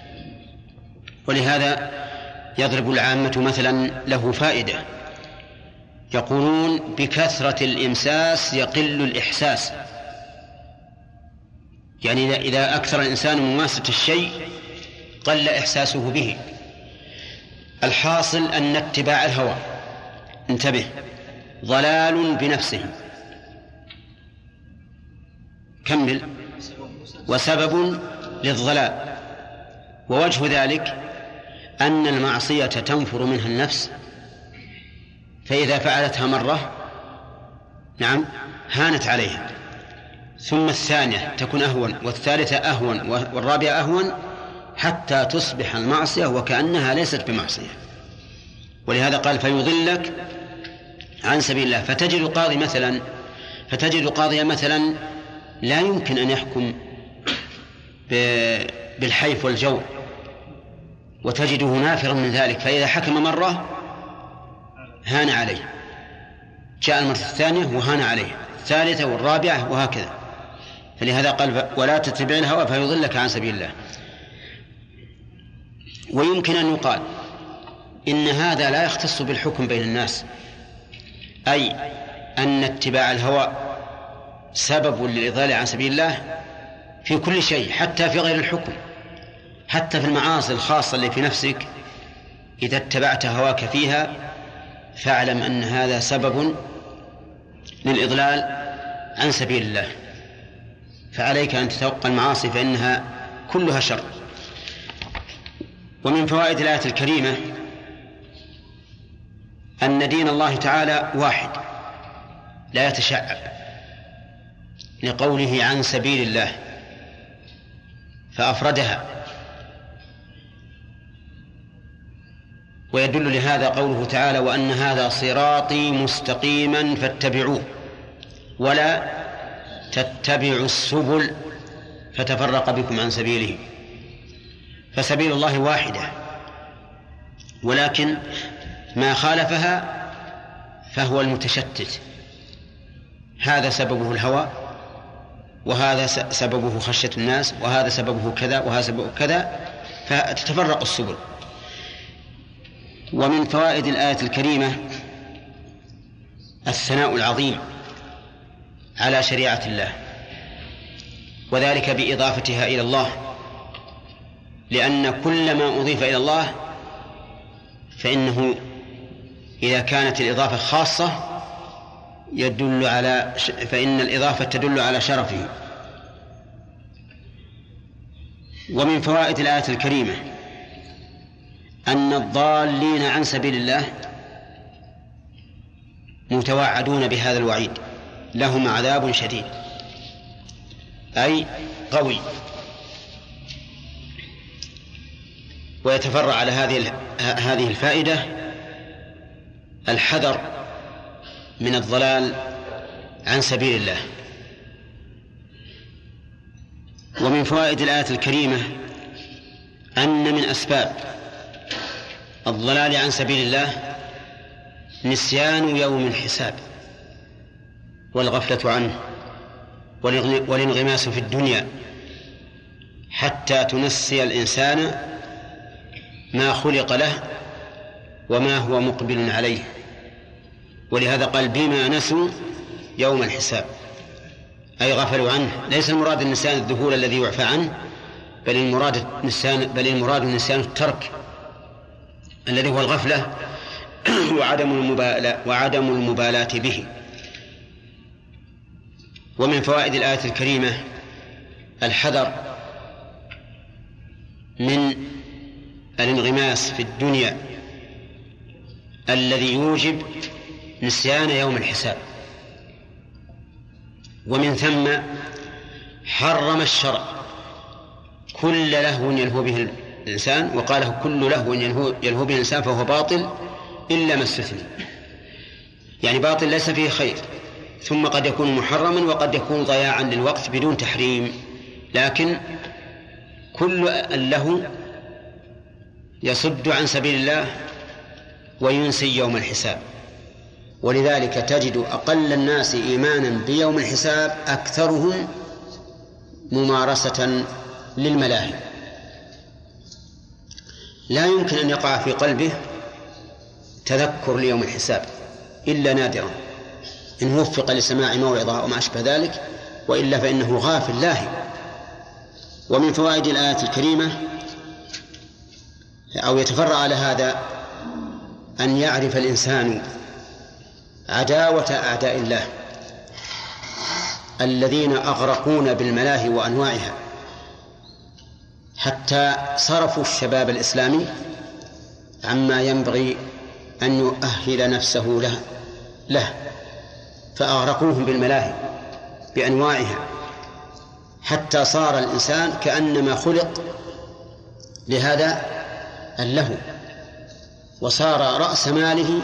[SPEAKER 1] ولهذا يضرب العامة مثلا له فائدة، يقولون بكثرة الإمساس يقل الإحساس، يعني إذا أكثر الإنسان مماسة الشيء قل إحساسه به. الحاصل أن اتباع الهوى، انتبه، ضلال بنفسه، كمل، وسبب للضلال. ووجه ذلك أن المعصية تنفر منها النفس، فإذا فعلتها مرة نعم هانت عليها، ثم الثانية تكون أهون، والثالثة أهون، والرابعة أهون، حتى تصبح المعصية وكأنها ليست بمعصية. ولهذا قال فيضلك عن سبيل الله. فتجد قاضيا مثلا لا يمكن أن يحكم بالحيف والجور، وتجده نافرا من ذلك، فإذا حكم مرة هان عليه، جاء المرة الثانية وهان عليه، الثالثة والرابعة، وهكذا. فلهذا قال ولا تتبع الهوى فيضلك عن سبيل الله. ويمكن أن يقال إن هذا لا يختص بالحكم بين الناس، أي أن اتباع الهوى سبب للإضلال عن سبيل الله في كل شيء، حتى في غير الحكم، حتى في المعاصي الخاصة اللي في نفسك إذا اتبعت هواك فيها فاعلم أن هذا سبب للإضلال عن سبيل الله. فعليك أن تتوقع المعاصي فإنها كلها شر. ومن فوائد الآية الكريمة أن دين الله تعالى واحد لا يتشعب، لقوله عن سبيل الله فأفردها. ويدل لهذا قوله تعالى وأن هذا صراطي مستقيما فاتبعوه ولا تتبعوا السبل فتفرق بكم عن سبيله. فسبيل الله واحدة، ولكن ما خالفها فهو المتشتت، هذا سببه الهوى، وهذا سببه خشية الناس، وهذا سببه كذا، وهذا سببه كذا، فتتفرق السبل. ومن فوائد الآية الكريمة الثناء العظيم على شريعة الله، وذلك بإضافتها إلى الله، لأن كل ما أضيف إلى الله فإنه إذا كانت الإضافة خاصة فإن الإضافة تدل على شرفه. ومن فوائد الآية الكريمة أن الضالين عن سبيل الله متوعدون بهذا الوعيد، لهم عذاب شديد أي قوي. ويتفرع على هذه الفائدة الحذر من الضلال عن سبيل الله. ومن فوائد الآية الكريمة أن من أسباب الضلال عن سبيل الله نسيان يوم الحساب والغفلة عنه والانغماس في الدنيا، حتى تنسي الإنسان ما خلق له وما هو مقبل عليه. ولهذا قال بما نسوا يوم الحساب، أي غفلوا عنه. ليس المراد النسيان الذهول الذي يعفى عنه، بل المراد النسيان الترك الذي هو الغفلة وعدم المبالاة به. ومن فوائد الآية الكريمة الحذر من الانغماس في الدنيا الذي يوجب نسيان يوم الحساب. ومن ثم حرم الشرع كل لهو يلهو به الإنسان، وقاله كل لهو يلهو به الإنسان فهو باطل إلا ما استثني، يعني باطل ليس فيه خير، ثم قد يكون محرما وقد يكون ضياعا للوقت بدون تحريم. لكن كل اللهو يصد عن سبيل الله وينسي يوم الحساب. ولذلك تجد أقل الناس إيمانا بيوم الحساب أكثرهم ممارسة للملاهي. لا يمكن أن يقع في قلبه تذكر ليوم الحساب إلا نادرا، إن وفق لسماع موعظة أو ما أشبه ذلك، وإلا فإنه غافل لاهي. ومن فوائد الآية الكريمة أو يتفرع على هذا أن يعرف الإنسان عداوة أعداء الله الذين أغرقون بالملاهي وأنواعها، حتى صرفوا الشباب الإسلامي عما ينبغي أن يؤهل نفسه له فأغرقوهم بالملاهي بأنواعها، حتى صار الإنسان كأنما خلق لهذا اللهو، وصار رأس ماله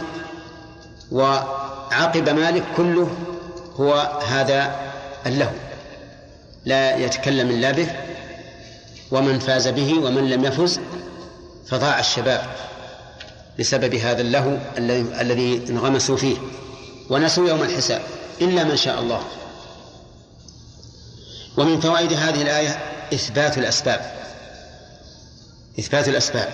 [SPEAKER 1] وعقب ماله كله هو هذا اللهو، لا يتكلم إلا به، ومن فاز به ومن لم يفز فضاع الشباب بسبب هذا اللهو الذي انغمسوا فيه ونسوا يوم الحساب إلا من شاء الله. ومن فوائد هذه الآية إثبات الأسباب.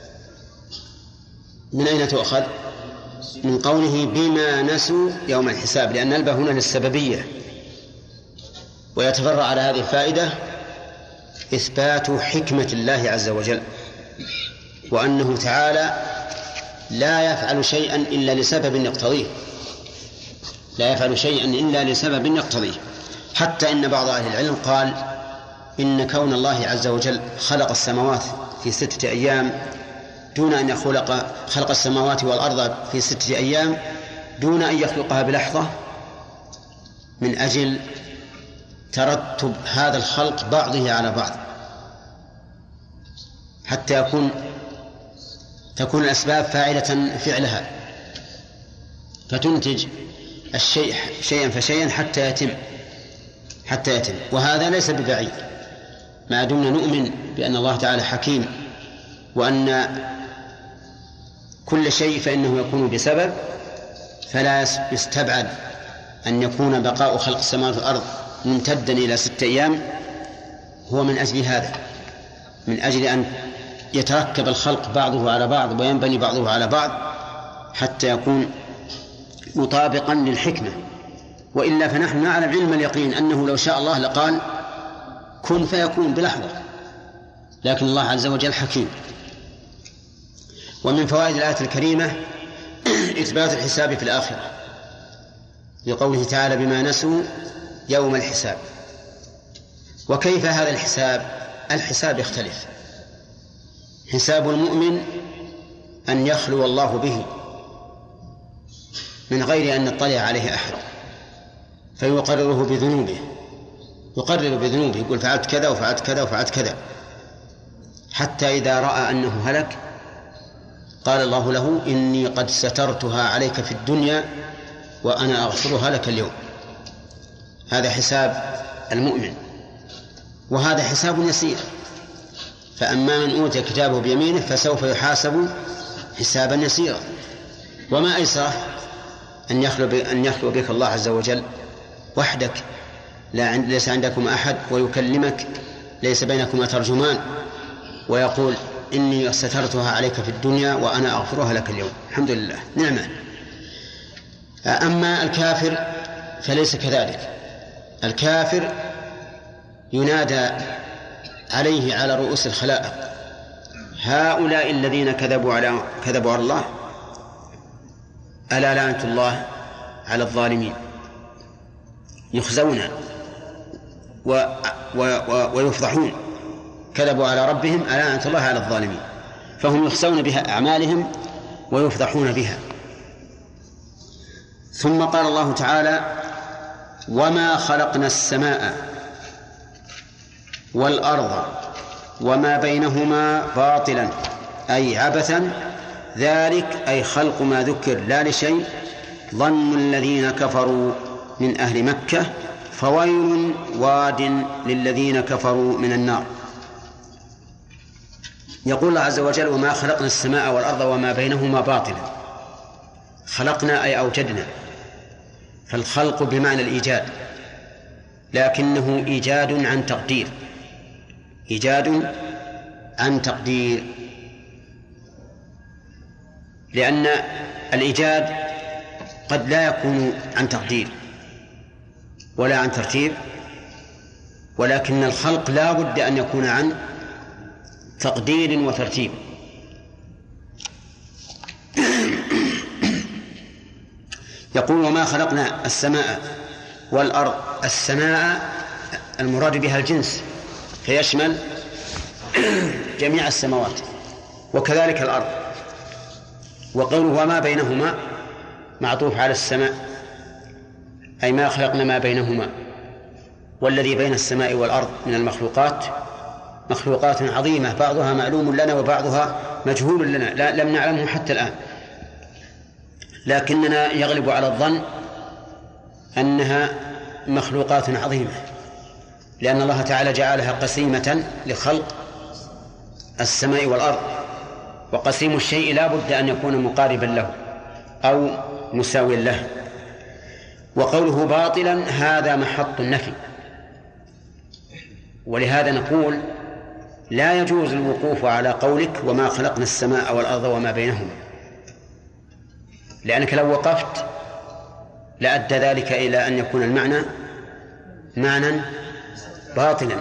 [SPEAKER 1] من أين تؤخذ؟ من قوله بما نسوا يوم الحساب، لأن الباء هنا للسببية. ويتفرع على هذه الفائدة إثبات حكمة الله عز وجل، وأنه تعالى لا يفعل شيئا إلا لسبب يقتضيه، حتى إن بعض أهل العلم قال إن كون الله عز وجل خلق السماوات في 6 أيام دون أن خلق السماوات والأرض في 6 أيام دون أن يخلقها بلحظة من أجل ترتب هذا الخلق بعضه على بعض، حتى تكون الأسباب فاعلة فعلها، فتنتج الشيء شيئا فشيئا حتى يتم. وهذا ليس ببعيد ما دمنا نؤمن بأن الله تعالى حكيم، وأن كل شيء فإنه يكون بسبب، فلا يستبعد أن يكون بقاء خلق السماوات والأرض ممتدا إلى 6 أيام هو من أجل هذا، من أجل أن يتركب الخلق بعضه على بعض وينبني بعضه على بعض حتى يكون مطابقا للحكمة. وإلا فنحن نعلم علم اليقين أنه لو شاء الله لقال كن فيكون بلحظة، لكن الله عز وجل حكيم. ومن فوائد الآية الكريمة إثبات الحساب في الآخرة لقوله تعالى بما نسوا يوم الحساب. وكيف هذا الحساب؟ الحساب يختلف. حساب المؤمن أن يخلو الله به من غير أن يطلع عليه أحد، فيقرره بذنوبه، يقرر بذنوبه، يقول فعلت كذا وفعلت كذا وفعلت كذا، حتى إذا رأى أنه هلك قال الله له إني قد سترتها عليك في الدنيا وأنا أغفرها لك اليوم. هذا حساب المؤمن، وهذا حساب يسير. فأما من أوتي كتابه بيمينه فسوف يحاسب حسابا يسيرا. وما أيسره أن يخلو بك الله عز وجل وحدك، ليس عندكم أحد، ويكلمك ليس بينكما ترجمان، ويقول إني سترتها عليك في الدنيا وأنا أغفرها لك اليوم. الحمد لله، نعمة. أما الكافر فليس كذلك. الكافر ينادى عليه على رؤوس الخلائق: هؤلاء الذين كذبوا على الله ألا لعنة الله على الظالمين. يخزون ويفضحون، كذبوا على ربهم ألا لعنة الله على الظالمين، فهم يخزون بها أعمالهم ويفضحون بها. ثم قال الله تعالى: وما خلقنا السماء والأرض وما بينهما باطلا أي عبثا، ذلك أي خلق ما ذكر لا لشيء، ظن الذين كفروا من أهل مكة، فويل واد للذين كفروا من النار. يقول الله عز وجل: وما خلقنا السماء والأرض وما بينهما باطلا. خلقنا أي أوجدنا، فالخلق بمعنى الإيجاد، لكنه إيجاد عن تقدير، إيجاد عن تقدير، لأن الإيجاد قد لا يكون عن تقدير ولا عن ترتيب، ولكن الخلق لا بد أن يكون عن تقدير وترتيب. يقول: وما خلقنا السماء والأرض. السماء المراد بها الجنس، فيشمل جميع السماوات، وكذلك الأرض. وقوله وما بينهما معطوف على السماء، أي ما خلقنا ما بينهما. والذي بين السماء والأرض من المخلوقات مخلوقات عظيمة، بعضها معلوم لنا وبعضها مجهول لنا، لم نعلمه حتى الآن، لكننا يغلب على الظن أنها مخلوقات عظيمة، لأن الله تعالى جعلها قسيمة لخلق السماء والأرض، وقسيم الشيء لا بد أن يكون مقاربا له أو مساويا له. وقوله باطلا هذا محط النفي، ولهذا نقول لا يجوز الوقوف على قولك وما خلقنا السماء والأرض وما بينهما، لأنك لو وقفت لأدى ذلك إلى أن يكون المعنى معنى باطلا.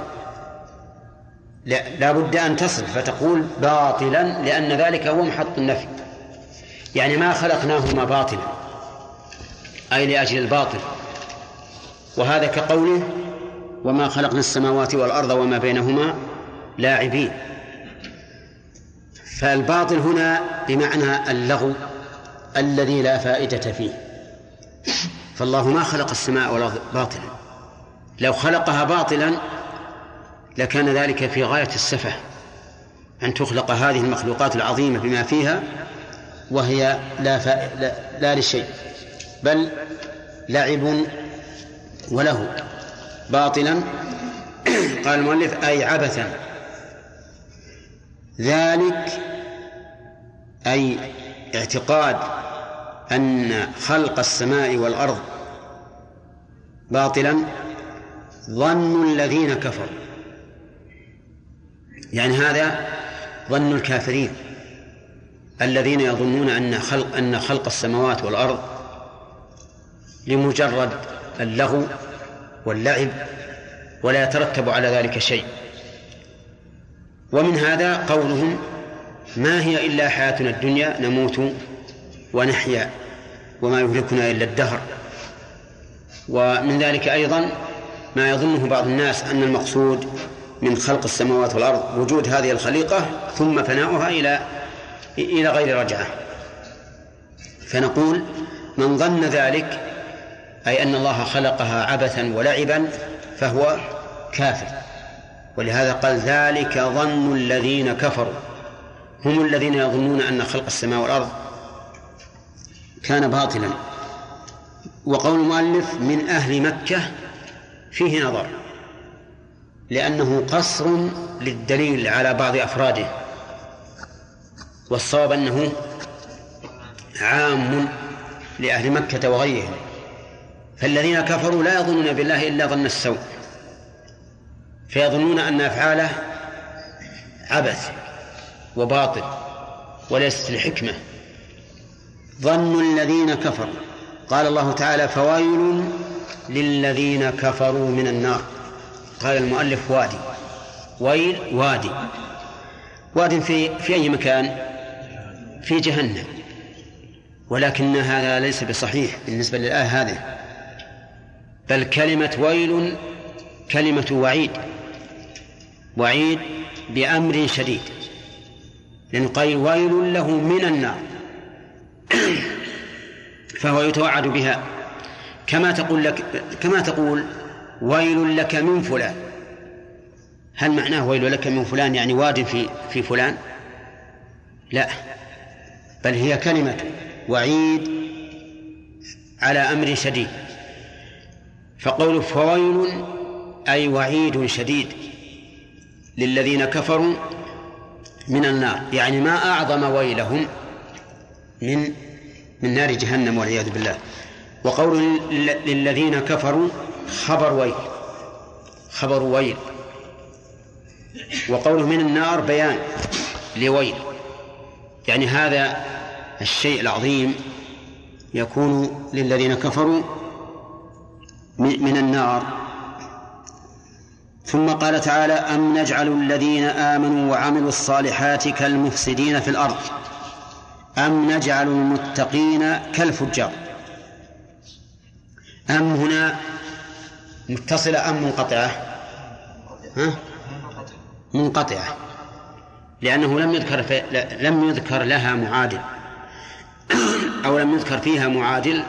[SPEAKER 1] لا بد أن تصل فتقول باطلا، لأن ذلك هو محط النفي، يعني ما خلقناهما باطلا أي لأجل الباطل. وهذا كقوله وما خلقنا السماوات والأرض وما بينهما لاعبين. فالباطل هنا بمعنى اللغو الذي لا فائدة فيه، فالله ما خلق السماء والأرض باطلا، لو خلقها باطلا لكان ذلك في غاية السفه، أن تخلق هذه المخلوقات العظيمة بما فيها وهي لا لشيء، بل لعب وله باطلا. قال المؤلف أي عبثا. ذلك أي اعتقاد أن خلق السماء والأرض باطلا ظن الذين كفروا، يعني هذا ظن الكافرين الذين يظنون أن خلق السماوات والأرض لمجرد اللغو واللعب ولا يترتب على ذلك شيء. ومن هذا قولهم ما هي إلا حياتنا الدنيا نموت ونحيا وما يهلكنا إلا الدهر. ومن ذلك أيضا ما يظنه بعض الناس أن المقصود من خلق السماوات والأرض وجود هذه الخليقة ثم فناؤها إلى غير رجعة. فنقول من ظن ذلك أي أن الله خلقها عبثا ولعبا فهو كافر. ولهذا قال ذلك ظن الذين كفروا، هم الذين يظنون أن خلق السماء والأرض كان باطلا. وقول المؤلف من أهل مكة فيه نظر، لأنه قصر للدليل على بعض أفراده، والصواب أنه عام لأهل مكة وغيرهم. فالذين كفروا لا يظنون بالله إلا ظن السوء، فيظنون أن أفعاله عبث وباطل وليست لحكمة. ظن الذين كفروا. قال الله تعالى فويل للذين كفروا من النار. قال المؤلف وادي، ويل واد في أي مكان؟ في جهنم. ولكن هذا ليس بصحيح بالنسبة للآية هذه، بل كلمة ويل كلمة وعيد بأمر شديد، لأنه قال ويل له من النار فهو يتوعد بها، كما تقول ويل لك من فلان. هل معناه ويل لك من فلان يعني واد في فلان؟ لا، بل هي كلمة وعيد على أمر شديد. فقول فويل أي وعيد شديد للذين كفروا من النار، يعني ما أعظم ويلهم من نار جهنم والعياذ بالله. وقول للذين كفروا خبر ويل. وقوله من النار بيان لويل، يعني هذا الشيء العظيم يكون للذين كفروا من النار. ثم قال تعالى أم نجعل الذين آمنوا وعملوا الصالحات كالمفسدين في الأرض أم نجعل المتقين كالفجار. أم هنا متصلة أم منقطعة؟ منقطعة، لأنه لم يذكر لها معادل أو لم يذكر فيها معادل،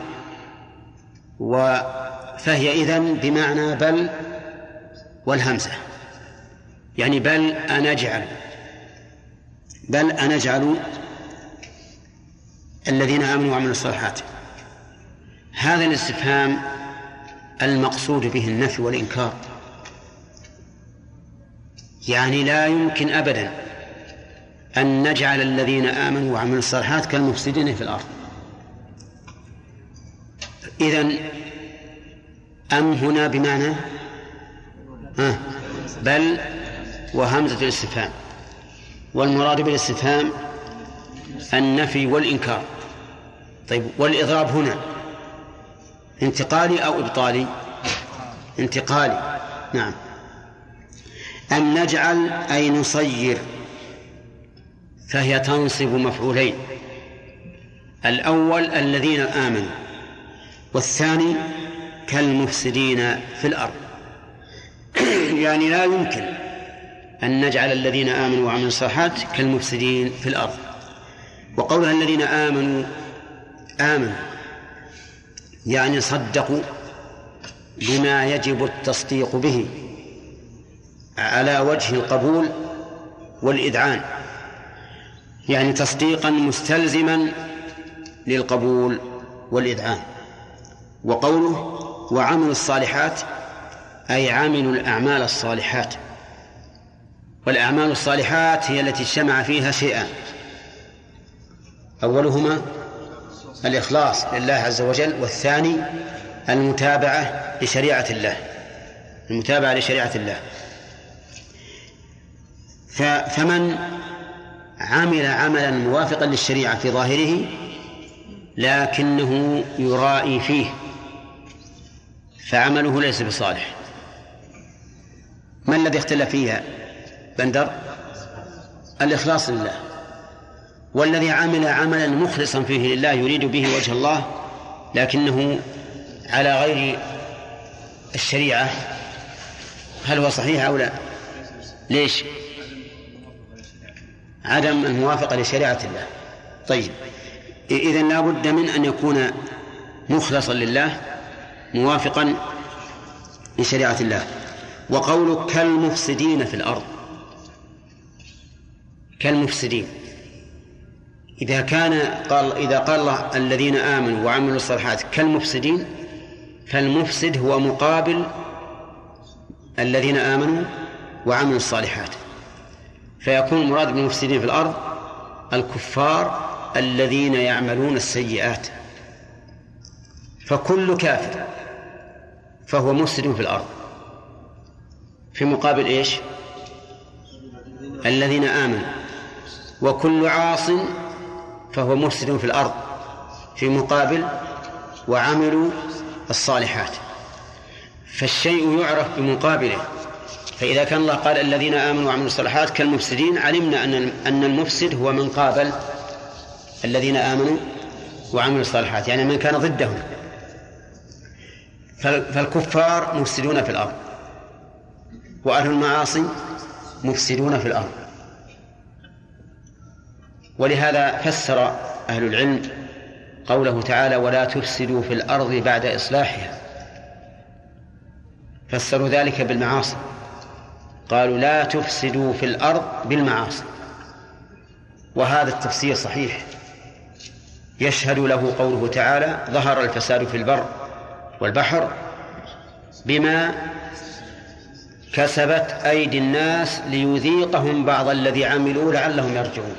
[SPEAKER 1] فهي إذن بمعنى بل والهمزة، يعني بل أنجعل الذين آمنوا وعملوا الصالحات. هذا الاستفهام المقصود به النفي والإنكار، يعني لا يمكن أبدا أن نجعل الذين آمنوا وعملوا الصالحات كالمفسدين في الأرض. إذن أم هنا بمعنى بل وهمزة الاستفهام، والمراد بالاستفهام النفي والإنكار. طيب والإضراب هنا انتقالي أو إبطالي؟ انتقالي، نعم. أم نجعل أي نصير، فهي تنصب مفعولين، الأول الذين آمنوا والثاني كالمفسدين في الأرض. يعني لا يمكن أن نجعل الذين آمنوا وعملوا الصالحات كالمفسدين في الأرض. وقولها الذين آمنوا يعني صدقوا بما يجب التصديق به على وجه القبول والإذعان، يعني تصديقا مستلزما للقبول والإذعان. وقوله وعملوا الصالحات أي عملوا الأعمال الصالحات، والأعمال الصالحات هي التي اجتمع فيها شيئان، أولهما الإخلاص لله عز وجل، والثاني المتابعة لشريعة الله. فمن عمل عملا موافقا للشريعة في ظاهره لكنه يرائي فيه فعمله ليس بصالح. ما الذي اختلف فيها بندر؟ الإخلاص لله. والذي عمل عملا مخلصا فيه لله يريد به وجه الله لكنه على غير الشريعة، هل هو صحيح أو لا؟ ليش؟ عدم الموافقة لشريعة الله. طيب، إذن لا بد من أن يكون مخلصا لله موافقا لشريعة الله. وقولك كالمفسدين في الأرض، كالمفسدين، إذا قال الله الذين آمنوا وعملوا الصالحات كالمفسدين، فالمفسد هو مقابل الذين آمنوا وعملوا الصالحات، فيكون المراد بالمفسدين في الأرض الكفار الذين يعملون السيئات، فكل كافر فهو مفسد في الأرض، في مقابل إيش؟ الذين آمنوا. وكل عاص فهو مفسد في الأرض في مقابل وعملوا الصالحات، فالشيء يعرف بمقابله. فإذا كان الله قال الذين آمنوا وعملوا الصالحات كالمفسدين، علمنا أن المفسد هو من قابل الذين آمنوا وعملوا الصالحات، يعني من كان ضدهم. فالكفار مفسدون في الأرض، وأهل المعاصي مفسدون في الأرض. ولهذا فسر أهل العلم قوله تعالى ولا تفسدوا في الأرض بعد إصلاحها، فسروا ذلك بالمعاصي، قالوا لا تفسدوا في الأرض بالمعاصي، وهذا التفسير صحيح، يشهد له قوله تعالى ظهر الفساد في البر والبحر بما كسبت أيدي الناس ليذيقهم بعض الذي عملوا لعلهم يرجعون.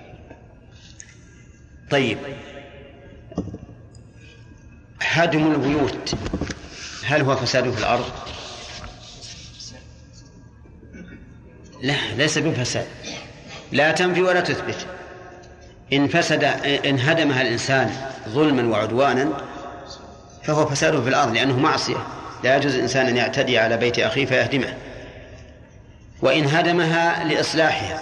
[SPEAKER 1] طيب، هدم البيوت هل هو فساد في الأرض؟ لا، ليس بفساد، لا تنفي ولا تثبت. إن هدمها الإنسان ظلما وعدوانا فهو فساد في الأرض، لأنه معصية، لا يجوز الإنسان أن يعتدي على بيت أخيه فيهدمه. وإن هدمها لإصلاحها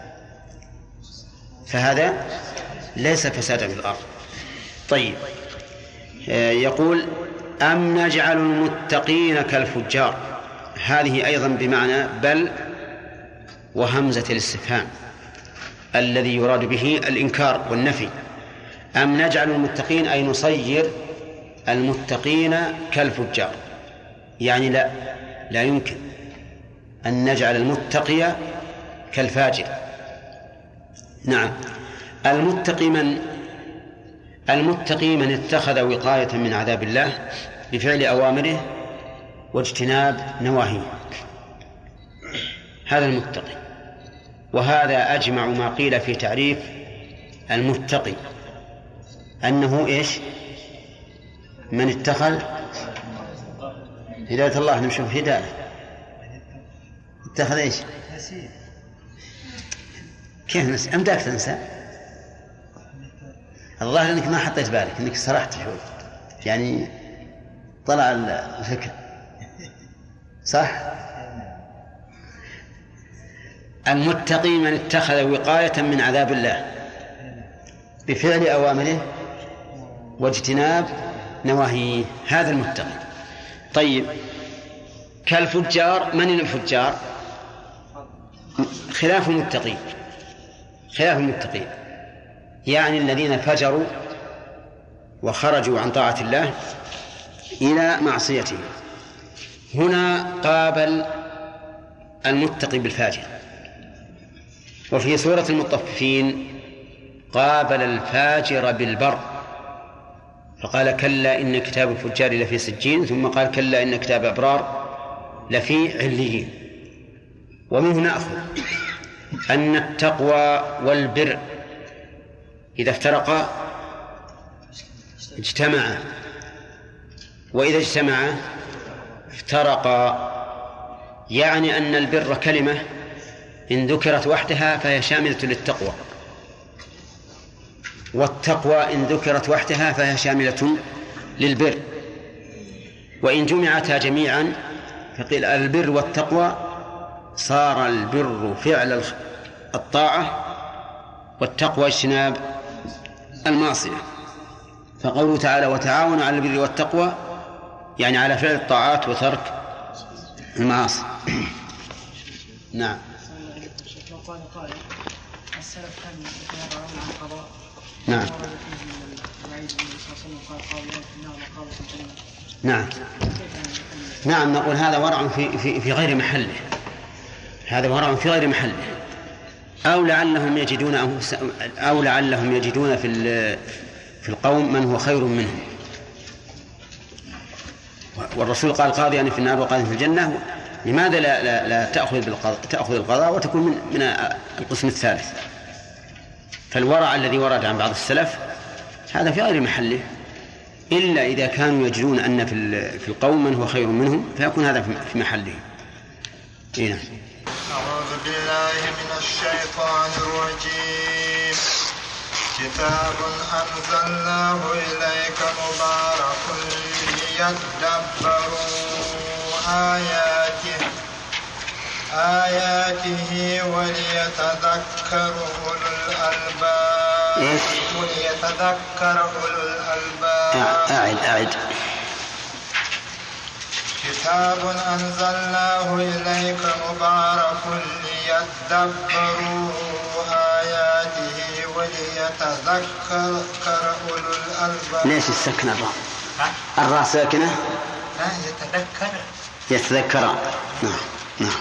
[SPEAKER 1] فهذا ليس فسادا في الأرض. طيب، يقول أم نجعل المتقين كالفجار، هذه أيضا بمعنى بل وهمزة الاستفهام الذي يراد به الإنكار والنفي. أم نجعل المتقين أي نصير المتقين كالفجار، يعني لا يمكن أن نجعل المتقي كالفاجر. نعم، المتقي من اتخذ وقاية من عذاب الله بفعل أوامره واجتناب نواهيه، هذا المتقي. وهذا أجمع ما قيل في تعريف المتقي، أنه إيش؟ من اتخذ هداية الله، نشوف هداية اتخذ إيش؟ كيف نسي؟ أمداك تنسى؟ الظاهر أنك ما حطيت بالك، أنك سرحت شوي، يعني طلع الفكر صح؟ المتقي من اتخذ وقاية من عذاب الله بفعل أوامره واجتناب نواهيه، هذا المتقي. طيب، كالفجار، من الفجار؟ خلاف المتقين، يعني الذين فجروا وخرجوا عن طاعة الله إلى معصيته. هنا قابل المتقي بالفاجر. وفي سورة المطففين قابل الفاجر بالبر، فقال كلا إن كتاب الفجار لفي سجين، ثم قال كلا إن كتاب أبرار لفي عليين. ومنه نأخذ أن التقوى والبر إذا افترقا اجتمعا، وإذا اجتمعا افترقا، يعني أن البر كلمة إن ذكرت وحدها فهي شاملة للتقوى، والتقوى إن ذكرت وحدها فهي شاملة للبر، وإن جمعتا جميعا فقيل البر والتقوى صار البر فعل الطاعة والتقوى اجتناب المعصية. فقوله تعالى وتعاونوا على البر والتقوى يعني على فعل الطاعات وترك المعاصي. نعم.
[SPEAKER 4] لو قال قائل السلف كانوا يتنازعون عن القضاء.
[SPEAKER 1] نعم. نعم. نعم نقول هذا ورع في غير محله. هذا ورع في غير محله. أو لعلهم يجدون في القوم من هو خير منهم. والرسول قال قاضيا في النار وقاضيا في الجنة. لماذا لا تأخذ القضاء وتكون من القسم الثالث؟ فالورع الذي ورد عن بعض السلف هذا في غير محله، إلا إذا كانوا يجدون أن في القوم من هو خير منهم فيكون هذا في محله. إيه.
[SPEAKER 5] أعوذ بالله من الشيطان الرجيم. كتاب أنزلناه إليك مبارك ليدبروا آياته وليتذكر أولو الألباب.
[SPEAKER 1] أعد.
[SPEAKER 5] كتاب أنزلناه إليك مبارك ليدبروا آياته وليتذكر أولو الألباب.
[SPEAKER 1] ليش السكنة الراء ساكنة؟ يتذكر. نعم.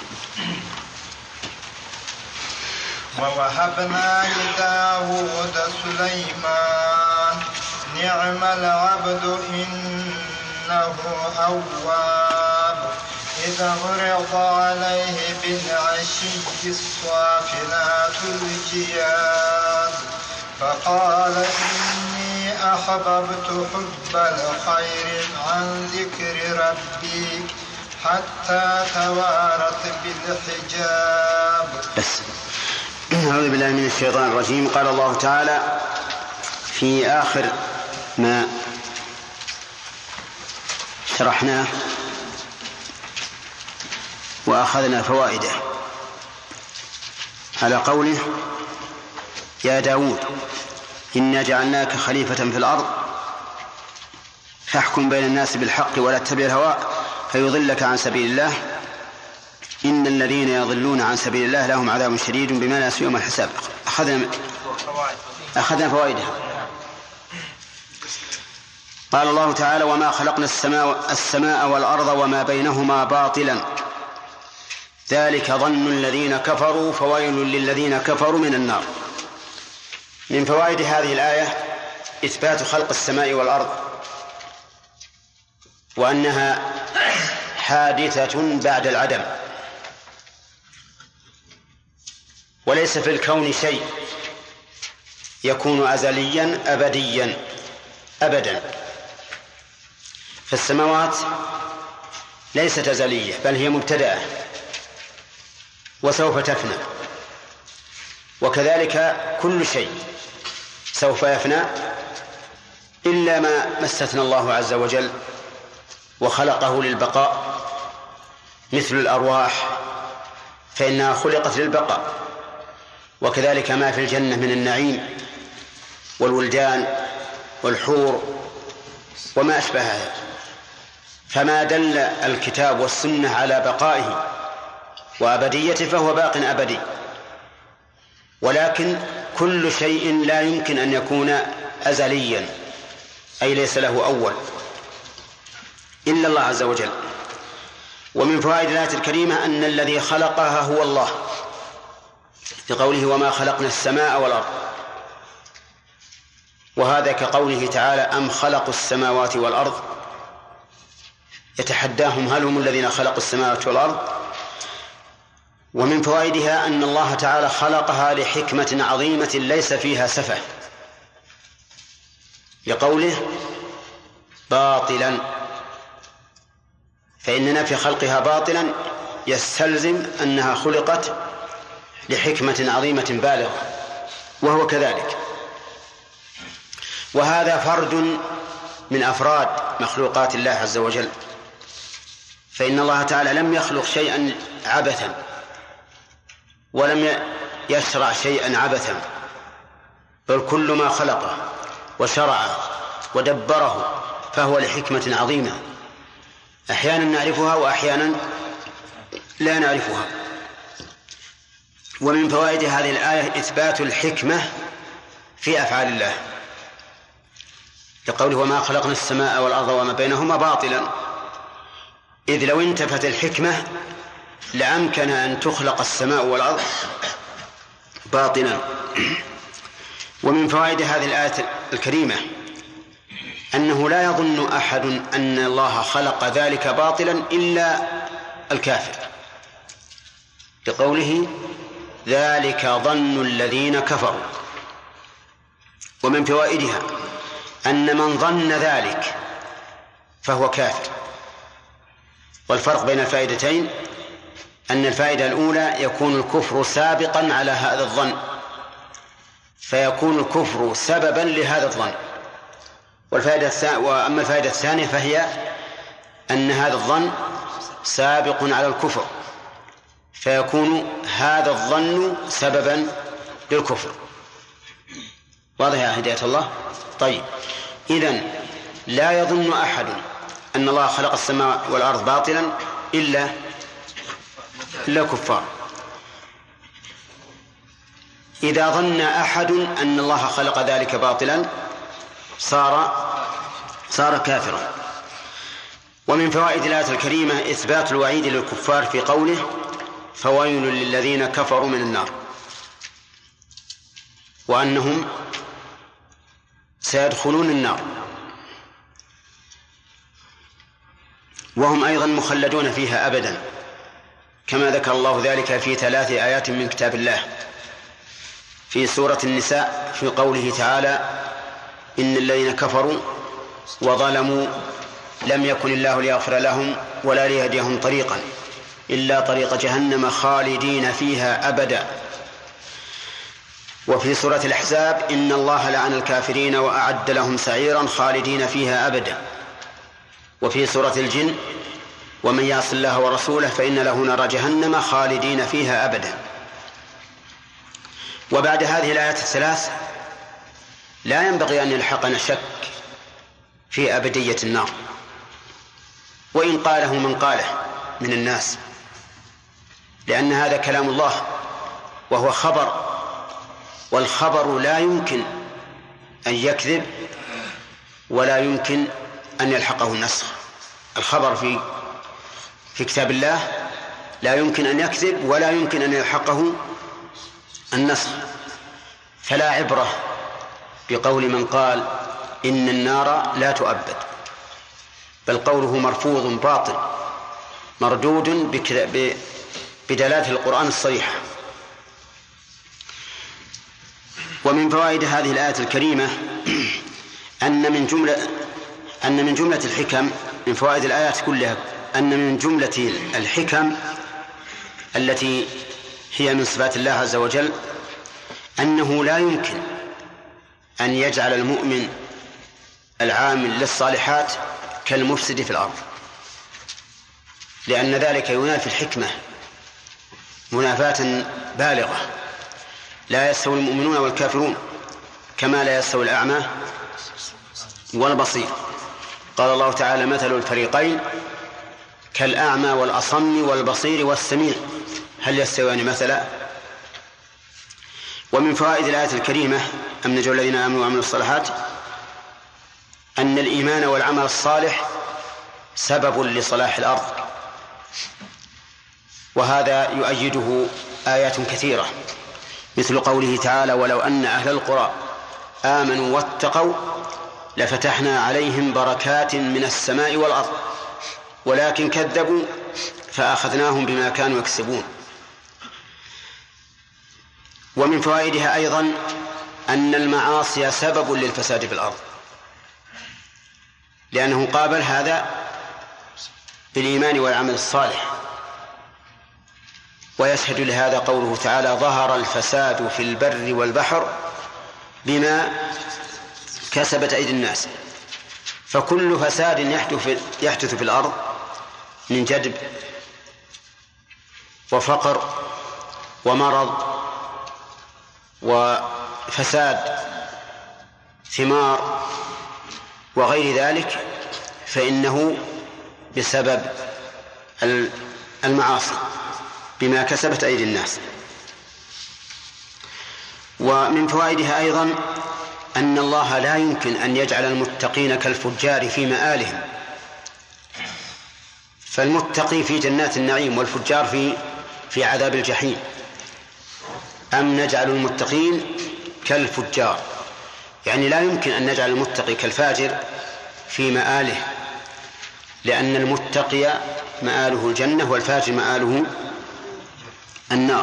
[SPEAKER 5] ووهبنا لداود سليمان نعم العبد إنه أواب إذا عرض عليه بالعشي الصافنات الجياد فقال إني أحببت حب الخير عن ذكر ربي حتى توارت بالحجاب.
[SPEAKER 1] أعوذ بالله من الشيطان الرجيم. قال الله تعالى في آخر ما شرحناه وأخذنا فوائده على قوله يا داود إنا جعلناك خليفة في الأرض فاحكم بين الناس بالحق ولا تتبع الهوى فيضلك عن سبيل الله إن الذين يضلون عن سبيل الله لهم عذاب شديد بما نسوا يوم الحساب. أخذنا فوائدها. قال الله تعالى وما خلقنا السماء والأرض وما بينهما باطلا ذلك ظن الذين كفروا فويل للذين كفروا من النار. من فوائد هذه الآية إثبات خلق السماء والأرض وأنها حادثة بعد العدم، وليس في الكون شيء يكون أزليا أبديا أبدا. فالسماوات ليست أزلية بل هي مبتدأة وسوف تفنى، وكذلك كل شيء سوف يفنى إلا ما استثنى الله عز وجل وخلقه للبقاء، مثل الأرواح فإنها خلقت للبقاء، وكذلك ما في الجنة من النعيم والولدان والحور وما أشبه هذا. فما دل الكتاب والسنة على بقائه وأبديته فهو باق أبدي، ولكن كل شيء لا يمكن أن يكون أزليا أي ليس له أول إلا الله عز وجل. ومن فوائد الآية الكريمة أن الذي خلقها هو الله في قوله وما خلقنا السماء والأرض، وهذا كقوله تعالى أم خلقوا السماوات والأرض، يتحداهم هل هم الذين خلقوا السماوات والأرض. ومن فوائدها أن الله تعالى خلقها لحكمة عظيمة ليس فيها سفه، لقوله باطلا، فإن نفي خلقها باطلا يستلزم أنها خلقت لحكمة عظيمة بالغة، وهو كذلك. وهذا فرد من أفراد مخلوقات الله عز وجل، فإن الله تعالى لم يخلق شيئا عبثا ولم يشرع شيئا عبثا، بل كل ما خلقه وشرعه ودبره فهو لحكمة عظيمة أحيانا نعرفها وأحيانا لا نعرفها. ومن فوائد هذه الآية إثبات الحكمة في أفعال الله، لقوله وما خلقنا السماء والأرض وما بينهما باطلا، إذ لو انتفت الحكمة لأمكن أن تخلق السماء والأرض باطلا. ومن فوائد هذه الآية الكريمة أنه لا يظن أحد أن الله خلق ذلك باطلا إلا الكافر، لقوله ذلك ظن الذين كفروا. ومن فوائدها أن من ظن ذلك فهو كافر. والفرق بين الفائدتين أن الفائدة الأولى يكون الكفر سابقا على هذا الظن، فيكون الكفر سببا لهذا الظن. وأما الفائدة الثانية فهي أن هذا الظن سابق على الكفر، فيكون هذا الظن سببا للكفر. واضح يا هداية الله؟ طيب، إذن لا يظن أحد أن الله خلق السماء والأرض باطلا إلا الكفار. إذا ظن أحد أن الله خلق ذلك باطلا صار كافرا. ومن فوائد الآية الكريمة إثبات الوعيد للكفار في قوله فويل للذين كفروا من النار، وأنهم سيدخلون النار وهم أيضا مخلدون فيها أبدا، كما ذكر الله ذلك في 3 آيات من كتاب الله. في سورة النساء في قوله تعالى إن الذين كفروا وظلموا لم يكن الله ليغفر لهم ولا ليهديهم طريقا إلا طريق جهنم خالدين فيها أبدا. وفي سورة الأحزاب إن الله لعن الكافرين وأعد لهم سعيرا خالدين فيها أبدا. وفي سورة الجن ومن يعص الله ورسوله فإن له نار جهنم خالدين فيها أبدا. وبعد هذه الآيات الثلاث لا ينبغي أن يلحقنا شك في أبدية النار، وإن قاله من قاله من الناس، لأن هذا كلام الله وهو خبر، والخبر لا يمكن أن يكذب ولا يمكن أن يلحقه النسخ. الخبر في كتاب الله لا يمكن أن يكذب ولا يمكن أن يلحقه النسخ. فلا عبرة بقول من قال إن النار لا تؤبد، بل قوله مرفوض باطل مردود بدلالة القرآن الصريحة. ومن فوائد هذه الآية الكريمة أن من جملة الحكم، من فوائد الآيات كلها، أن من جملة الحكم التي هي من صفات الله عز وجل أنه لا يمكن أن يجعل المؤمن العامل للصالحات كالمفسد في الأرض، لأن ذلك ينافي الحكمة منافاة بالغة. لا يستوي المؤمنون والكافرون كما لا يستوي الأعمى والبصير. قال الله تعالى مثل الفريقين كالأعمى والأصم والبصير والسميع هل يستويان مثلا. ومن فوائد الآية الكريمة أم نجعل الذين آمنوا وعملوا الصالحات أن الإيمان والعمل الصالح سبب لصلاح الأرض، وهذا يؤيده آيات كثيرة، مثل قوله تعالى ولو أن أهل القرى آمنوا واتقوا لفتحنا عليهم بركات من السماء والأرض ولكن كذبوا فأخذناهم بما كانوا يكسبون. ومن فوائدها أيضا أن المعاصي سبب للفساد في الأرض، لأنه قابل هذا بالإيمان والعمل الصالح. ويشهد لهذا قوله تعالى ظهر الفساد في البر والبحر بما كسبت أيدي الناس. فكل فساد يحدث في الأرض من جدب وفقر ومرض وفساد ثمار وغير ذلك فإنه بسبب المعاصي بما كسبت أيدي الناس. ومن فوائدها أيضا أن الله لا يمكن أن يجعل المتقين كالفجار في مآلهم، فالمتقي في جنات النعيم والفجار في عذاب الجحيم. أم نجعل المتقين كالفجار، يعني لا يمكن أن نجعل المتقي كالفاجر في مآله، لأن المتقي مآله الجنة والفاجر مآله النار.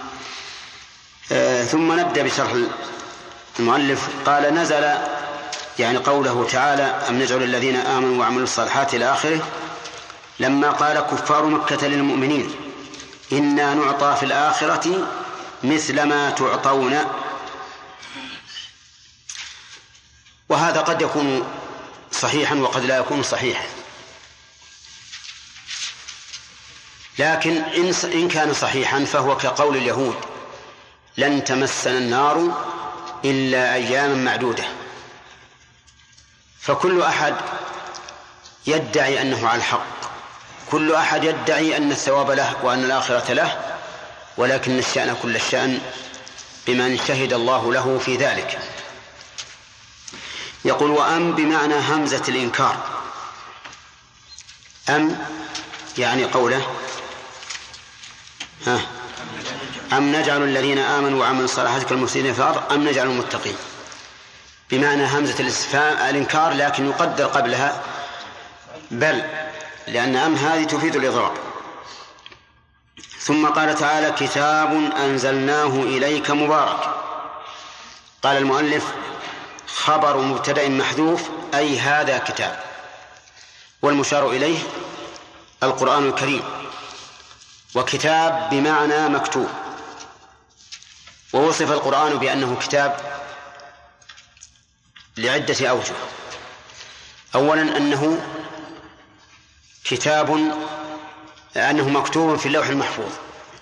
[SPEAKER 1] ثم نبدأ بشرح المؤلف. قال نزل يعني قوله تعالى أم نجعل الذين آمنوا وعملوا الصالحات إلى آخره، لما قال كفار مكة للمؤمنين إنا نعطى في الآخرة مثل ما تعطون. وهذا قد يكون صحيحا وقد لا يكون صحيحا، لكن إن كان صحيحا فهو كقول اليهود لن تمسنا النار إلا أياما معدودة. فكل أحد يدعي أنه على الحق، كل أحد يدعي أن الثواب له وأن الآخرة له، ولكن الشأن كل الشأن بمن شهد الله له في ذلك. يقول وأم بمعنى همزة الإنكار. أم يعني قوله أم نجعل الذين آمنوا وعملوا الصالحات كالمفسدين في الأرض أم نجعل المتقين، بمعنى همزة الاستفهام الإنكار، لكن يقدر قبلها بل، لأن أم هذه تفيد الإضرار. ثم قال تعالى كتاب أنزلناه إليك مبارك. قال المؤلف خبر مبتدأ محذوف أي هذا كتاب، والمشار إليه القرآن الكريم، وكتاب بمعنى مكتوب. ووصف القرآن بأنه كتاب لعدة أوجه. أولا أنه كتاب أنه مكتوب في اللوح المحفوظ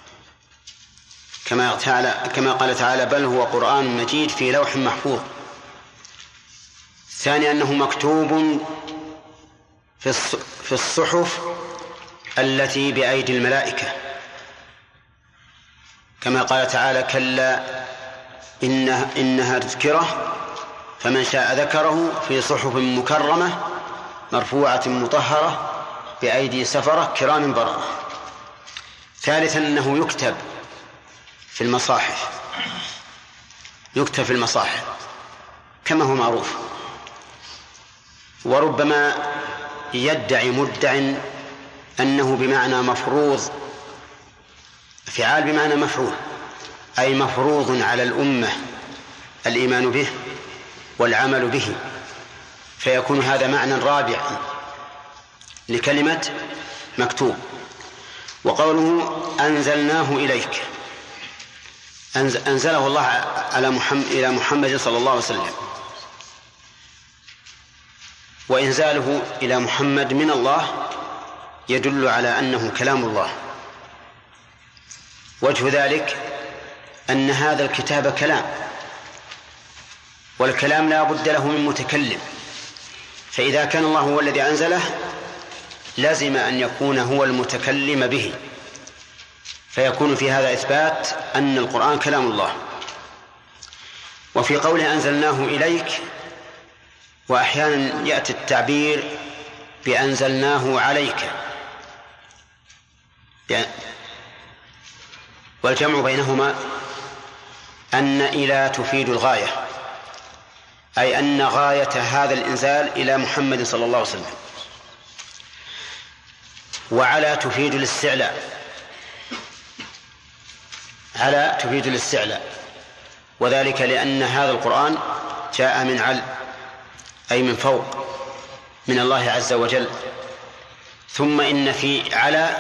[SPEAKER 1] كما قال تعالى بل هو قرآن مجيد في لوح محفوظ. ثانيا أنه مكتوب في الصحف التي بأيدي الملائكة، كما قال تعالى كلا إنها تذكرة فمن شاء ذكره في صحف مكرمة مرفوعة مطهرة بأيدي سفرة كرام بررة. ثالثا أنه يكتب في المصاحف، يكتب في المصاحف كما هو معروف. وربما يدعي مدع أنه بمعنى مفروض، فعال بمعنى مفعول، أي مفروض على الأمة الإيمان به والعمل به، فيكون هذا معنى رابع لكلمة مكتوب. وقوله أنزلناه إليك، أنزله الله إلى محمد صلى الله عليه وسلم، وإنزاله إلى محمد من الله يدل على أنه كلام الله. وجه ذلك أن هذا الكتاب كلام، والكلام لا بد له من متكلم، فإذا كان الله هو الذي أنزله لازم أن يكون هو المتكلم به، فيكون في هذا إثبات أن القرآن كلام الله. وفي قوله أنزلناه إليك، وأحيانا يأتي التعبير بأنزلناه عليك، والجمع بينهما أن إلى تفيد الغاية، أي أن غاية هذا الإنزال إلى محمد صلى الله عليه وسلم. وعلى تفيد الاستعلاء، على تفيد الاستعلاء، وذلك لأن هذا القرآن جاء من عل، أي من فوق، من الله عز وجل. ثم إن في على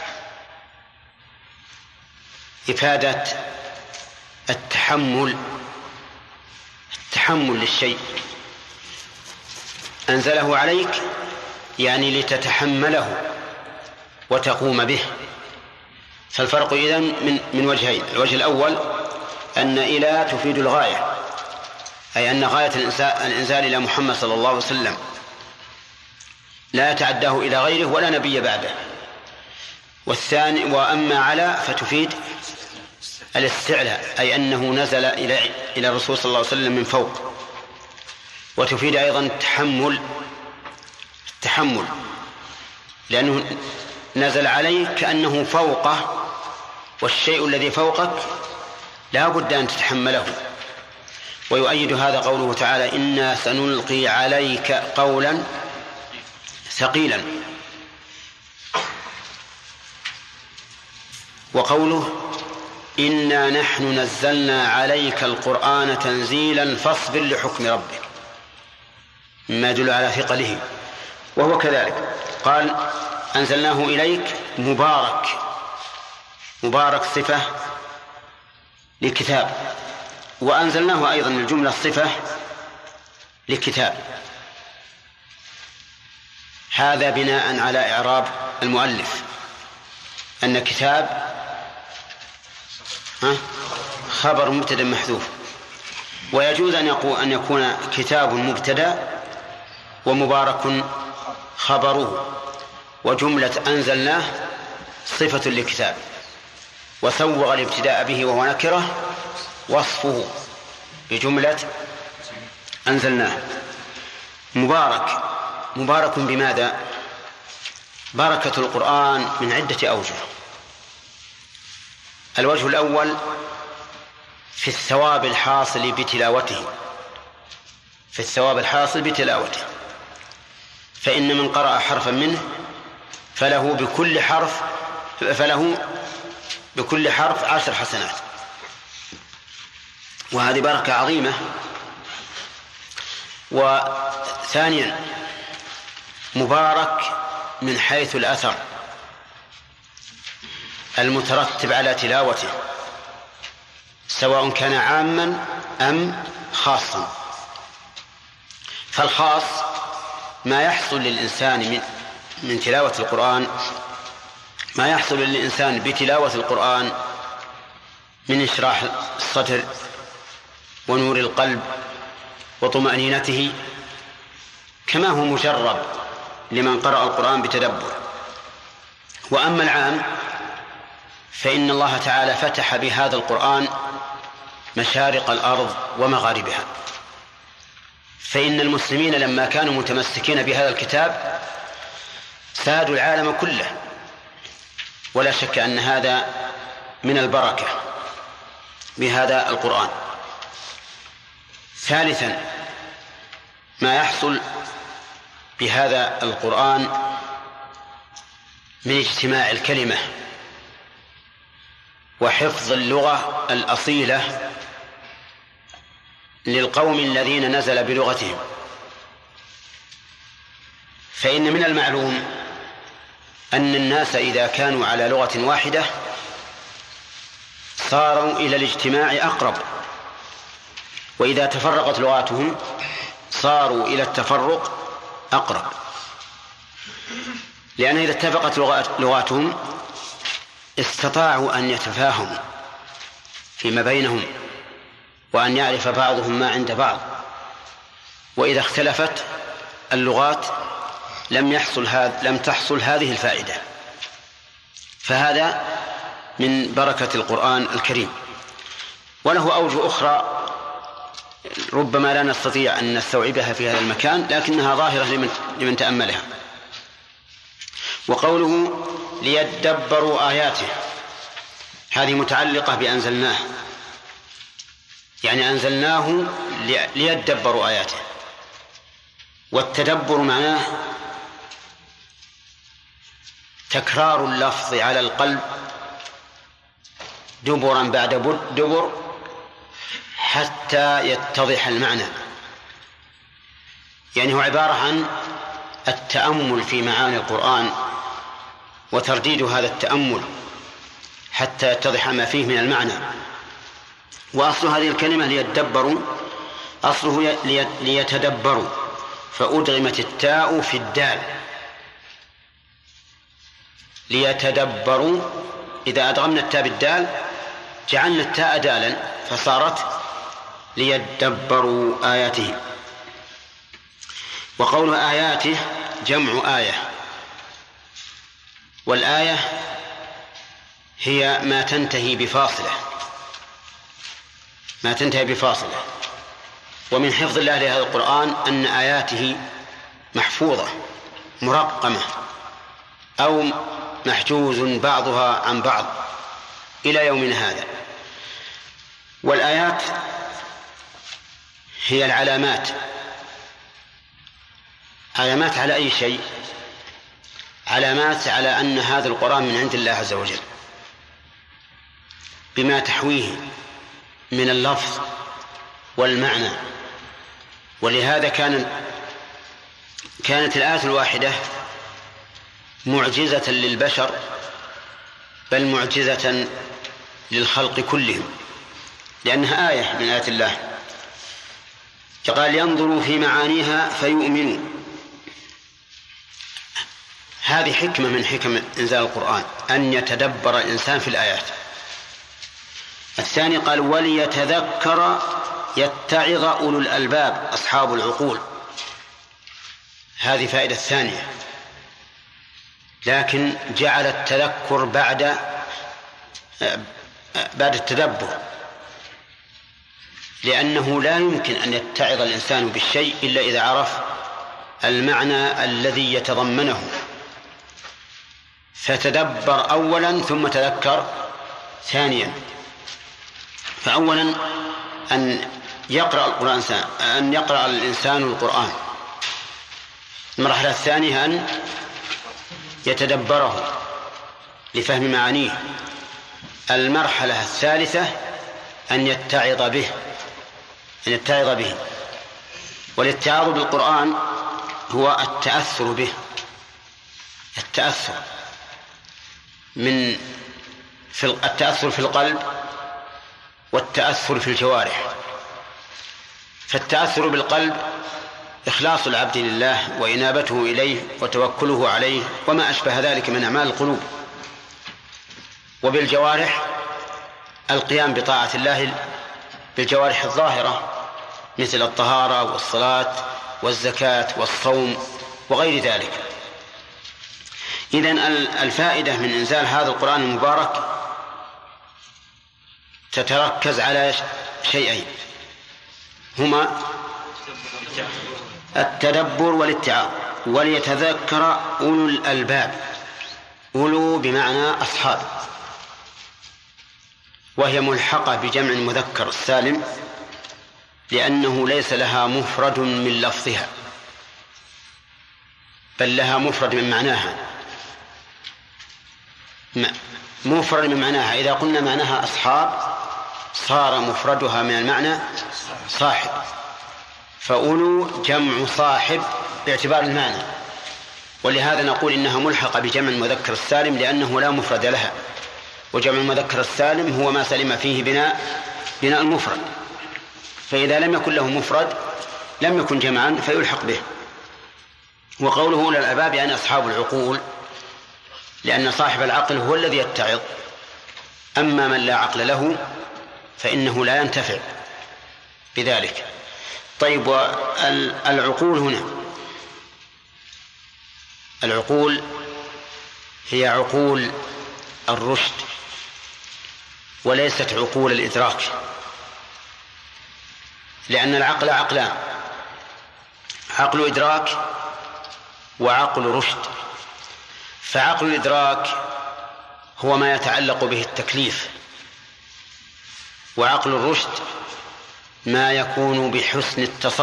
[SPEAKER 1] إفادة التحمل للشيء. أنزله عليك يعني لتتحمله وتقوم به. فالفرق إذن من وجهين: الوجه الأول أن إلى تفيد الغاية، أي أن غاية الإنزال إلى محمد صلى الله عليه وسلم لا يتعداه إلى غيره ولا نبي بعده. والثاني وأما على فتفيد الاستعلاء، أي أنه نزل إلى الرسول صلى الله عليه وسلم من فوق، وتفيد أيضا التحمل لأنه نزل عليه كأنه فوقه، والشيء الذي فوقك لا بد أن تتحمله. ويؤيد هذا قوله تعالى إنا سنلقي عليك قولا ثقيلا. وقوله إنا نحن نزلنا عليك القرآن تنزيلا فاصبر لحكم ربك مما يدل على ثقله، وهو كذلك. قال أنزلناه إليك مبارك صفة لكتاب، وأنزلناه أيضا الجملة صفة لكتاب. هذا بناء على إعراب المؤلف أن كتاب خبر مبتدأ محذوف، ويجوز أن يكون كتاب مبتدأ ومبارك خبره، وجملة أنزلناه صفة لكتاب، وسوغ الابتداء به وهو نكرة وصفه بجملة أنزلناه. مبارك بماذا؟ بركة القرآن من عدة أوجه. الوجه الأول في الثواب الحاصل بتلاوته، فإن من قرأ حرفا منه فله بكل حرف 10 حسنات، وهذه بركة عظيمة. وثانيا مبارك من حيث الأثر المترتب على تلاوته، سواء كان عاما أم خاصا. فالخاص ما يحصل للإنسان من تلاوة القرآن، ما يحصل للإنسان بتلاوة القرآن من إشراح الصدر ونور القلب وطمأنينته، كما هو مجرب لمن قرأ القرآن بتدبر. وأما العام فإن الله تعالى فتح بهذا القرآن مشارق الأرض ومغاربها، فإن المسلمين لما كانوا متمسكين بهذا الكتاب سادوا العالم كله، ولا شك أن هذا من البركة بهذا القرآن. ثالثا ما يحصل بهذا القرآن من اجتماع الكلمة وحفظ اللغة الأصيلة للقوم الذين نزل بلغتهم. فإن من المعلوم أن الناس إذا كانوا على لغة واحدة صاروا إلى الاجتماع أقرب، وإذا تفرقت لغاتهم صاروا إلى التفرق أقرب، لأن إذا اتفقت لغاتهم استطاعوا أن يتفاهموا فيما بينهم وأن يعرف بعضهم ما عند بعض. وإذا اختلفت اللغات لم تحصل هذه الفائدة. فهذا من بركة القرآن الكريم. وله أوجه أخرى ربما لا نستطيع أن نستوعبها في هذا المكان، لكنها ظاهرة لمن تأملها. وقوله ليدبروا آياته، هذه متعلقة بأنزلناه، يعني أنزلناه ليدبروا آياته. والتدبر معناه تكرار اللفظ على القلب دبرا بعد دبر حتى يتضح المعنى، يعني هو عبارة عن التأمل في معاني القرآن وترديد هذا التأمل حتى يتضح ما فيه من المعنى. وأصل هذه الكلمة ليتدبروا، أصله ليتدبروا، فأدغمت التاء في الدال. ليتدبروا، إذا أدغمنا التاء بالدال جعلنا التاء دالا فصارت ليدبروا آياته. وقول آياته جمع آية، والآية هي ما تنتهي بفاصلة. ومن حفظ الله لهذا القرآن أن آياته محفوظة مرقمة أو محجوز بعضها عن بعض إلى يومنا هذا. والآيات هي العلامات على أي شيء؟ علامات على أن هذا القرآن من عند الله عز وجل بما تحويه من اللفظ والمعنى. ولهذا كانت الآية الواحدة معجزة للبشر، بل معجزة للخلق كلهم، لأنها آية من آيات الله. فقال ينظروا في معانيها فيؤمنوا. هذه حكمة من حكم إنزال القرآن، أن يتدبر الإنسان في الآيات. الثاني قال وليتذكر يتعظ أولو الألباب أصحاب العقول. هذه فائدة ثانية، لكن جعل التذكر بعد التدبر، لأنه لا يمكن أن يتعظ الإنسان بالشيء إلا إذا عرف المعنى الذي يتضمنه، فتدبر أولا ثم تذكر ثانيا. فأولا أن يقرأ الإنسان القرآن. المرحلة الثانية أن يتدبره لفهم معانيه. المرحلة الثالثة أن يتعظ به. والاتعاظ بالقرآن هو التأثر به، التأثر في القلب والتأثر في الجوارح. فالتأثر بالقلب إخلاص العبد لله وإنابته إليه وتوكله عليه وما أشبه ذلك من أعمال القلوب. وبالجوارح القيام بطاعة الله بالجوارح الظاهرة مثل الطهارة والصلاة والزكاة والصوم وغير ذلك. إذن الفائدة من إنزال هذا القرآن المبارك تتركز على شيئين، هما التدبر والاتعاظ. وليتذكر أولو الألباب، أولو بمعنى أصحاب، وهي ملحقة بجمع المذكر السالم، لأنه ليس لها مفرد من لفظها، بل لها مفرد من معناها. مفرد من معناها، إذا قلنا معناها أصحاب صار مفردها من المعنى صاحب، فأولو جمع صاحب باعتبار المعنى. ولهذا نقول إنها ملحقة بجمع المذكر السالم لأنه لا مفرد لها، وجمع المذكر السالم هو ما سلم فيه بناء المفرد، فإذا لم يكن له مفرد لم يكن جمعا فيلحق به. وقوله أولو الألباب يعني أصحاب العقول، لأن صاحب العقل هو الذي يتعظ، أما من لا عقل له فإنه لا ينتفع بذلك. طيب، والعقول هنا، العقول هي عقول الرشد وليست عقول الإدراك، لأن العقل عقلان: عقل إدراك وعقل رشد. فعقل الإدراك هو ما يتعلق به التكليف، وعقل الرشد ما يكون بحسن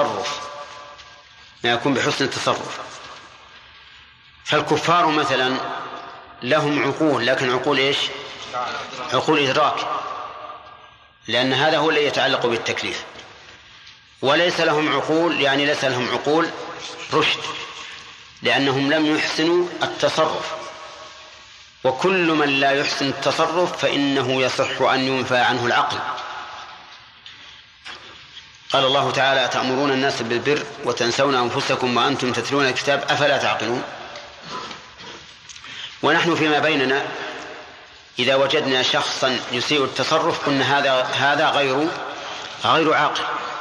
[SPEAKER 1] التصرف. فالكفار مثلا لهم عقول، لكن عقول إيش؟ عقول إدراك، لأن هذا هو الذي يتعلق بالتكليف. وليس لهم عقول، يعني ليس لهم عقول رشد، لأنهم لم يحسنوا التصرف. وكل من لا يحسن التصرف فإنه يصح أن ينفى عنه العقل. قال الله تعالى: أتأمرون الناس بالبر وتنسون أنفسكم وأنتم تتلون الكتاب أفلا تعقلون. ونحن فيما بيننا إذا وجدنا شخصا يسيء التصرف قلنا هذا غير عاقل،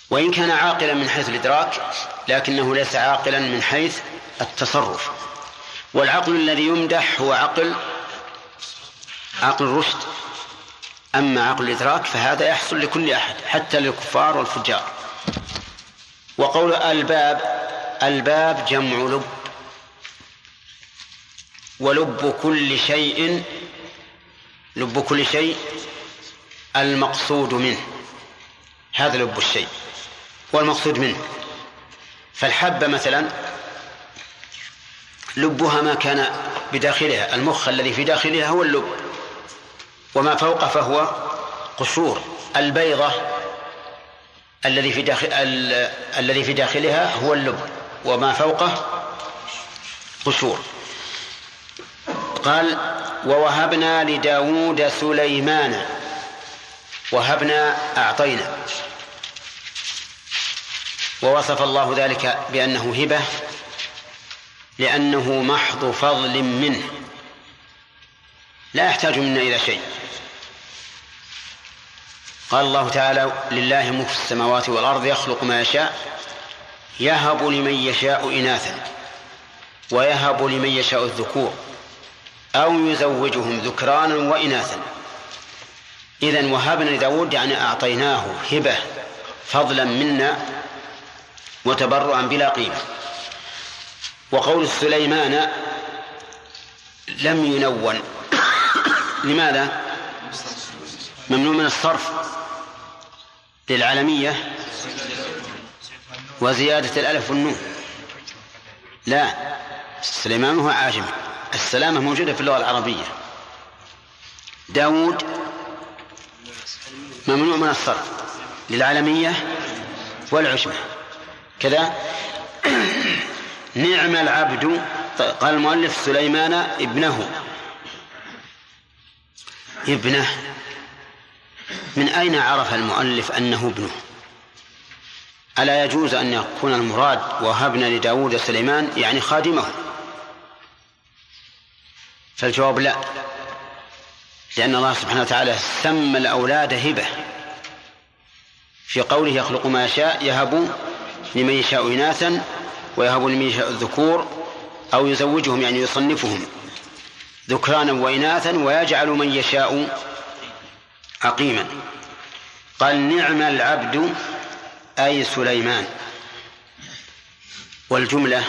[SPEAKER 1] وإن كان عاقلا من حيث الإدراك لكنه ليس عاقلا من حيث التصرف. والعقل الذي يمدح هو عقل الرشد، أما عقل الإدراك فهذا يحصل لكل أحد حتى للكفار والفجار. وقول الباب جمع لب، ولب كل شيء المقصود منه، هذا لب الشيء والمقصود منه. فالحبة مثلا لبها ما كان بداخلها، المخ الذي في داخلها هو اللب، وما فوقه فهو قشور. البيضة الذي في داخلها هو اللب، وما فوقه قشور. قال ووهبنا لداود سليمان، وهبنا أعطينا، ووصف الله ذلك بأنه هبة لأنه محض فضل منه لا يحتاج منا إلى شيء. قال الله تعالى لله ملك السماوات والأرض يخلق ما يشاء يهب لمن يشاء إناثا ويهب لمن يشاء الذكور أو يزوجهم ذكرانا وإناثا. إذن وهبنا لداود يعني أعطيناه هبة فضلا منا وتبرعا بلا قيمة. وقول سليمان لم ينون، لماذا؟ ممنوع من الصرف للعالمية وزيادة الألف والنون. لا، سليمان هو عاجمي، السلامة موجودة في اللغة العربية. داود ممنوع من الصرف للعالمية والعجمة كذا. نعم العبد، قال المؤلف سليمان ابنه. من أين عرف المؤلف أنه ابنه؟ ألا يجوز أن يكون المراد وهبنا لداود سليمان يعني خادمه؟ فالجواب لا، لأن الله سبحانه وتعالى سمى الأولاد هبة في قوله يخلق ما يشاء يهب لمن يشاء إناثا ويهب لمن يشاء الذكور أو يزوجهم يعني يصنفهم ذكرانا وإناثا ويجعل من يشاء عقيما. قال نعم العبد أي سليمان، والجملة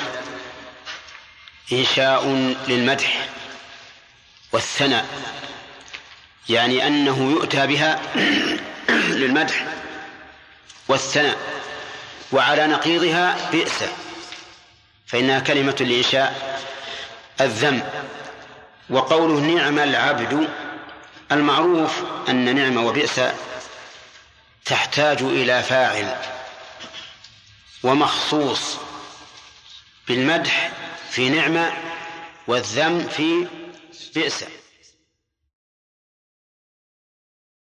[SPEAKER 1] إنشاء للمدح والثناء، يعني أنه يؤتى بها للمدح والثناء. وعلى نقيضها بئس، فإنها كلمة لإنشاء الذم. وقوله نعم العبد، المعروف أن نعم وبئس تحتاج إلى فاعل ومخصوص، بالمدح في نعمة والذم في بئس.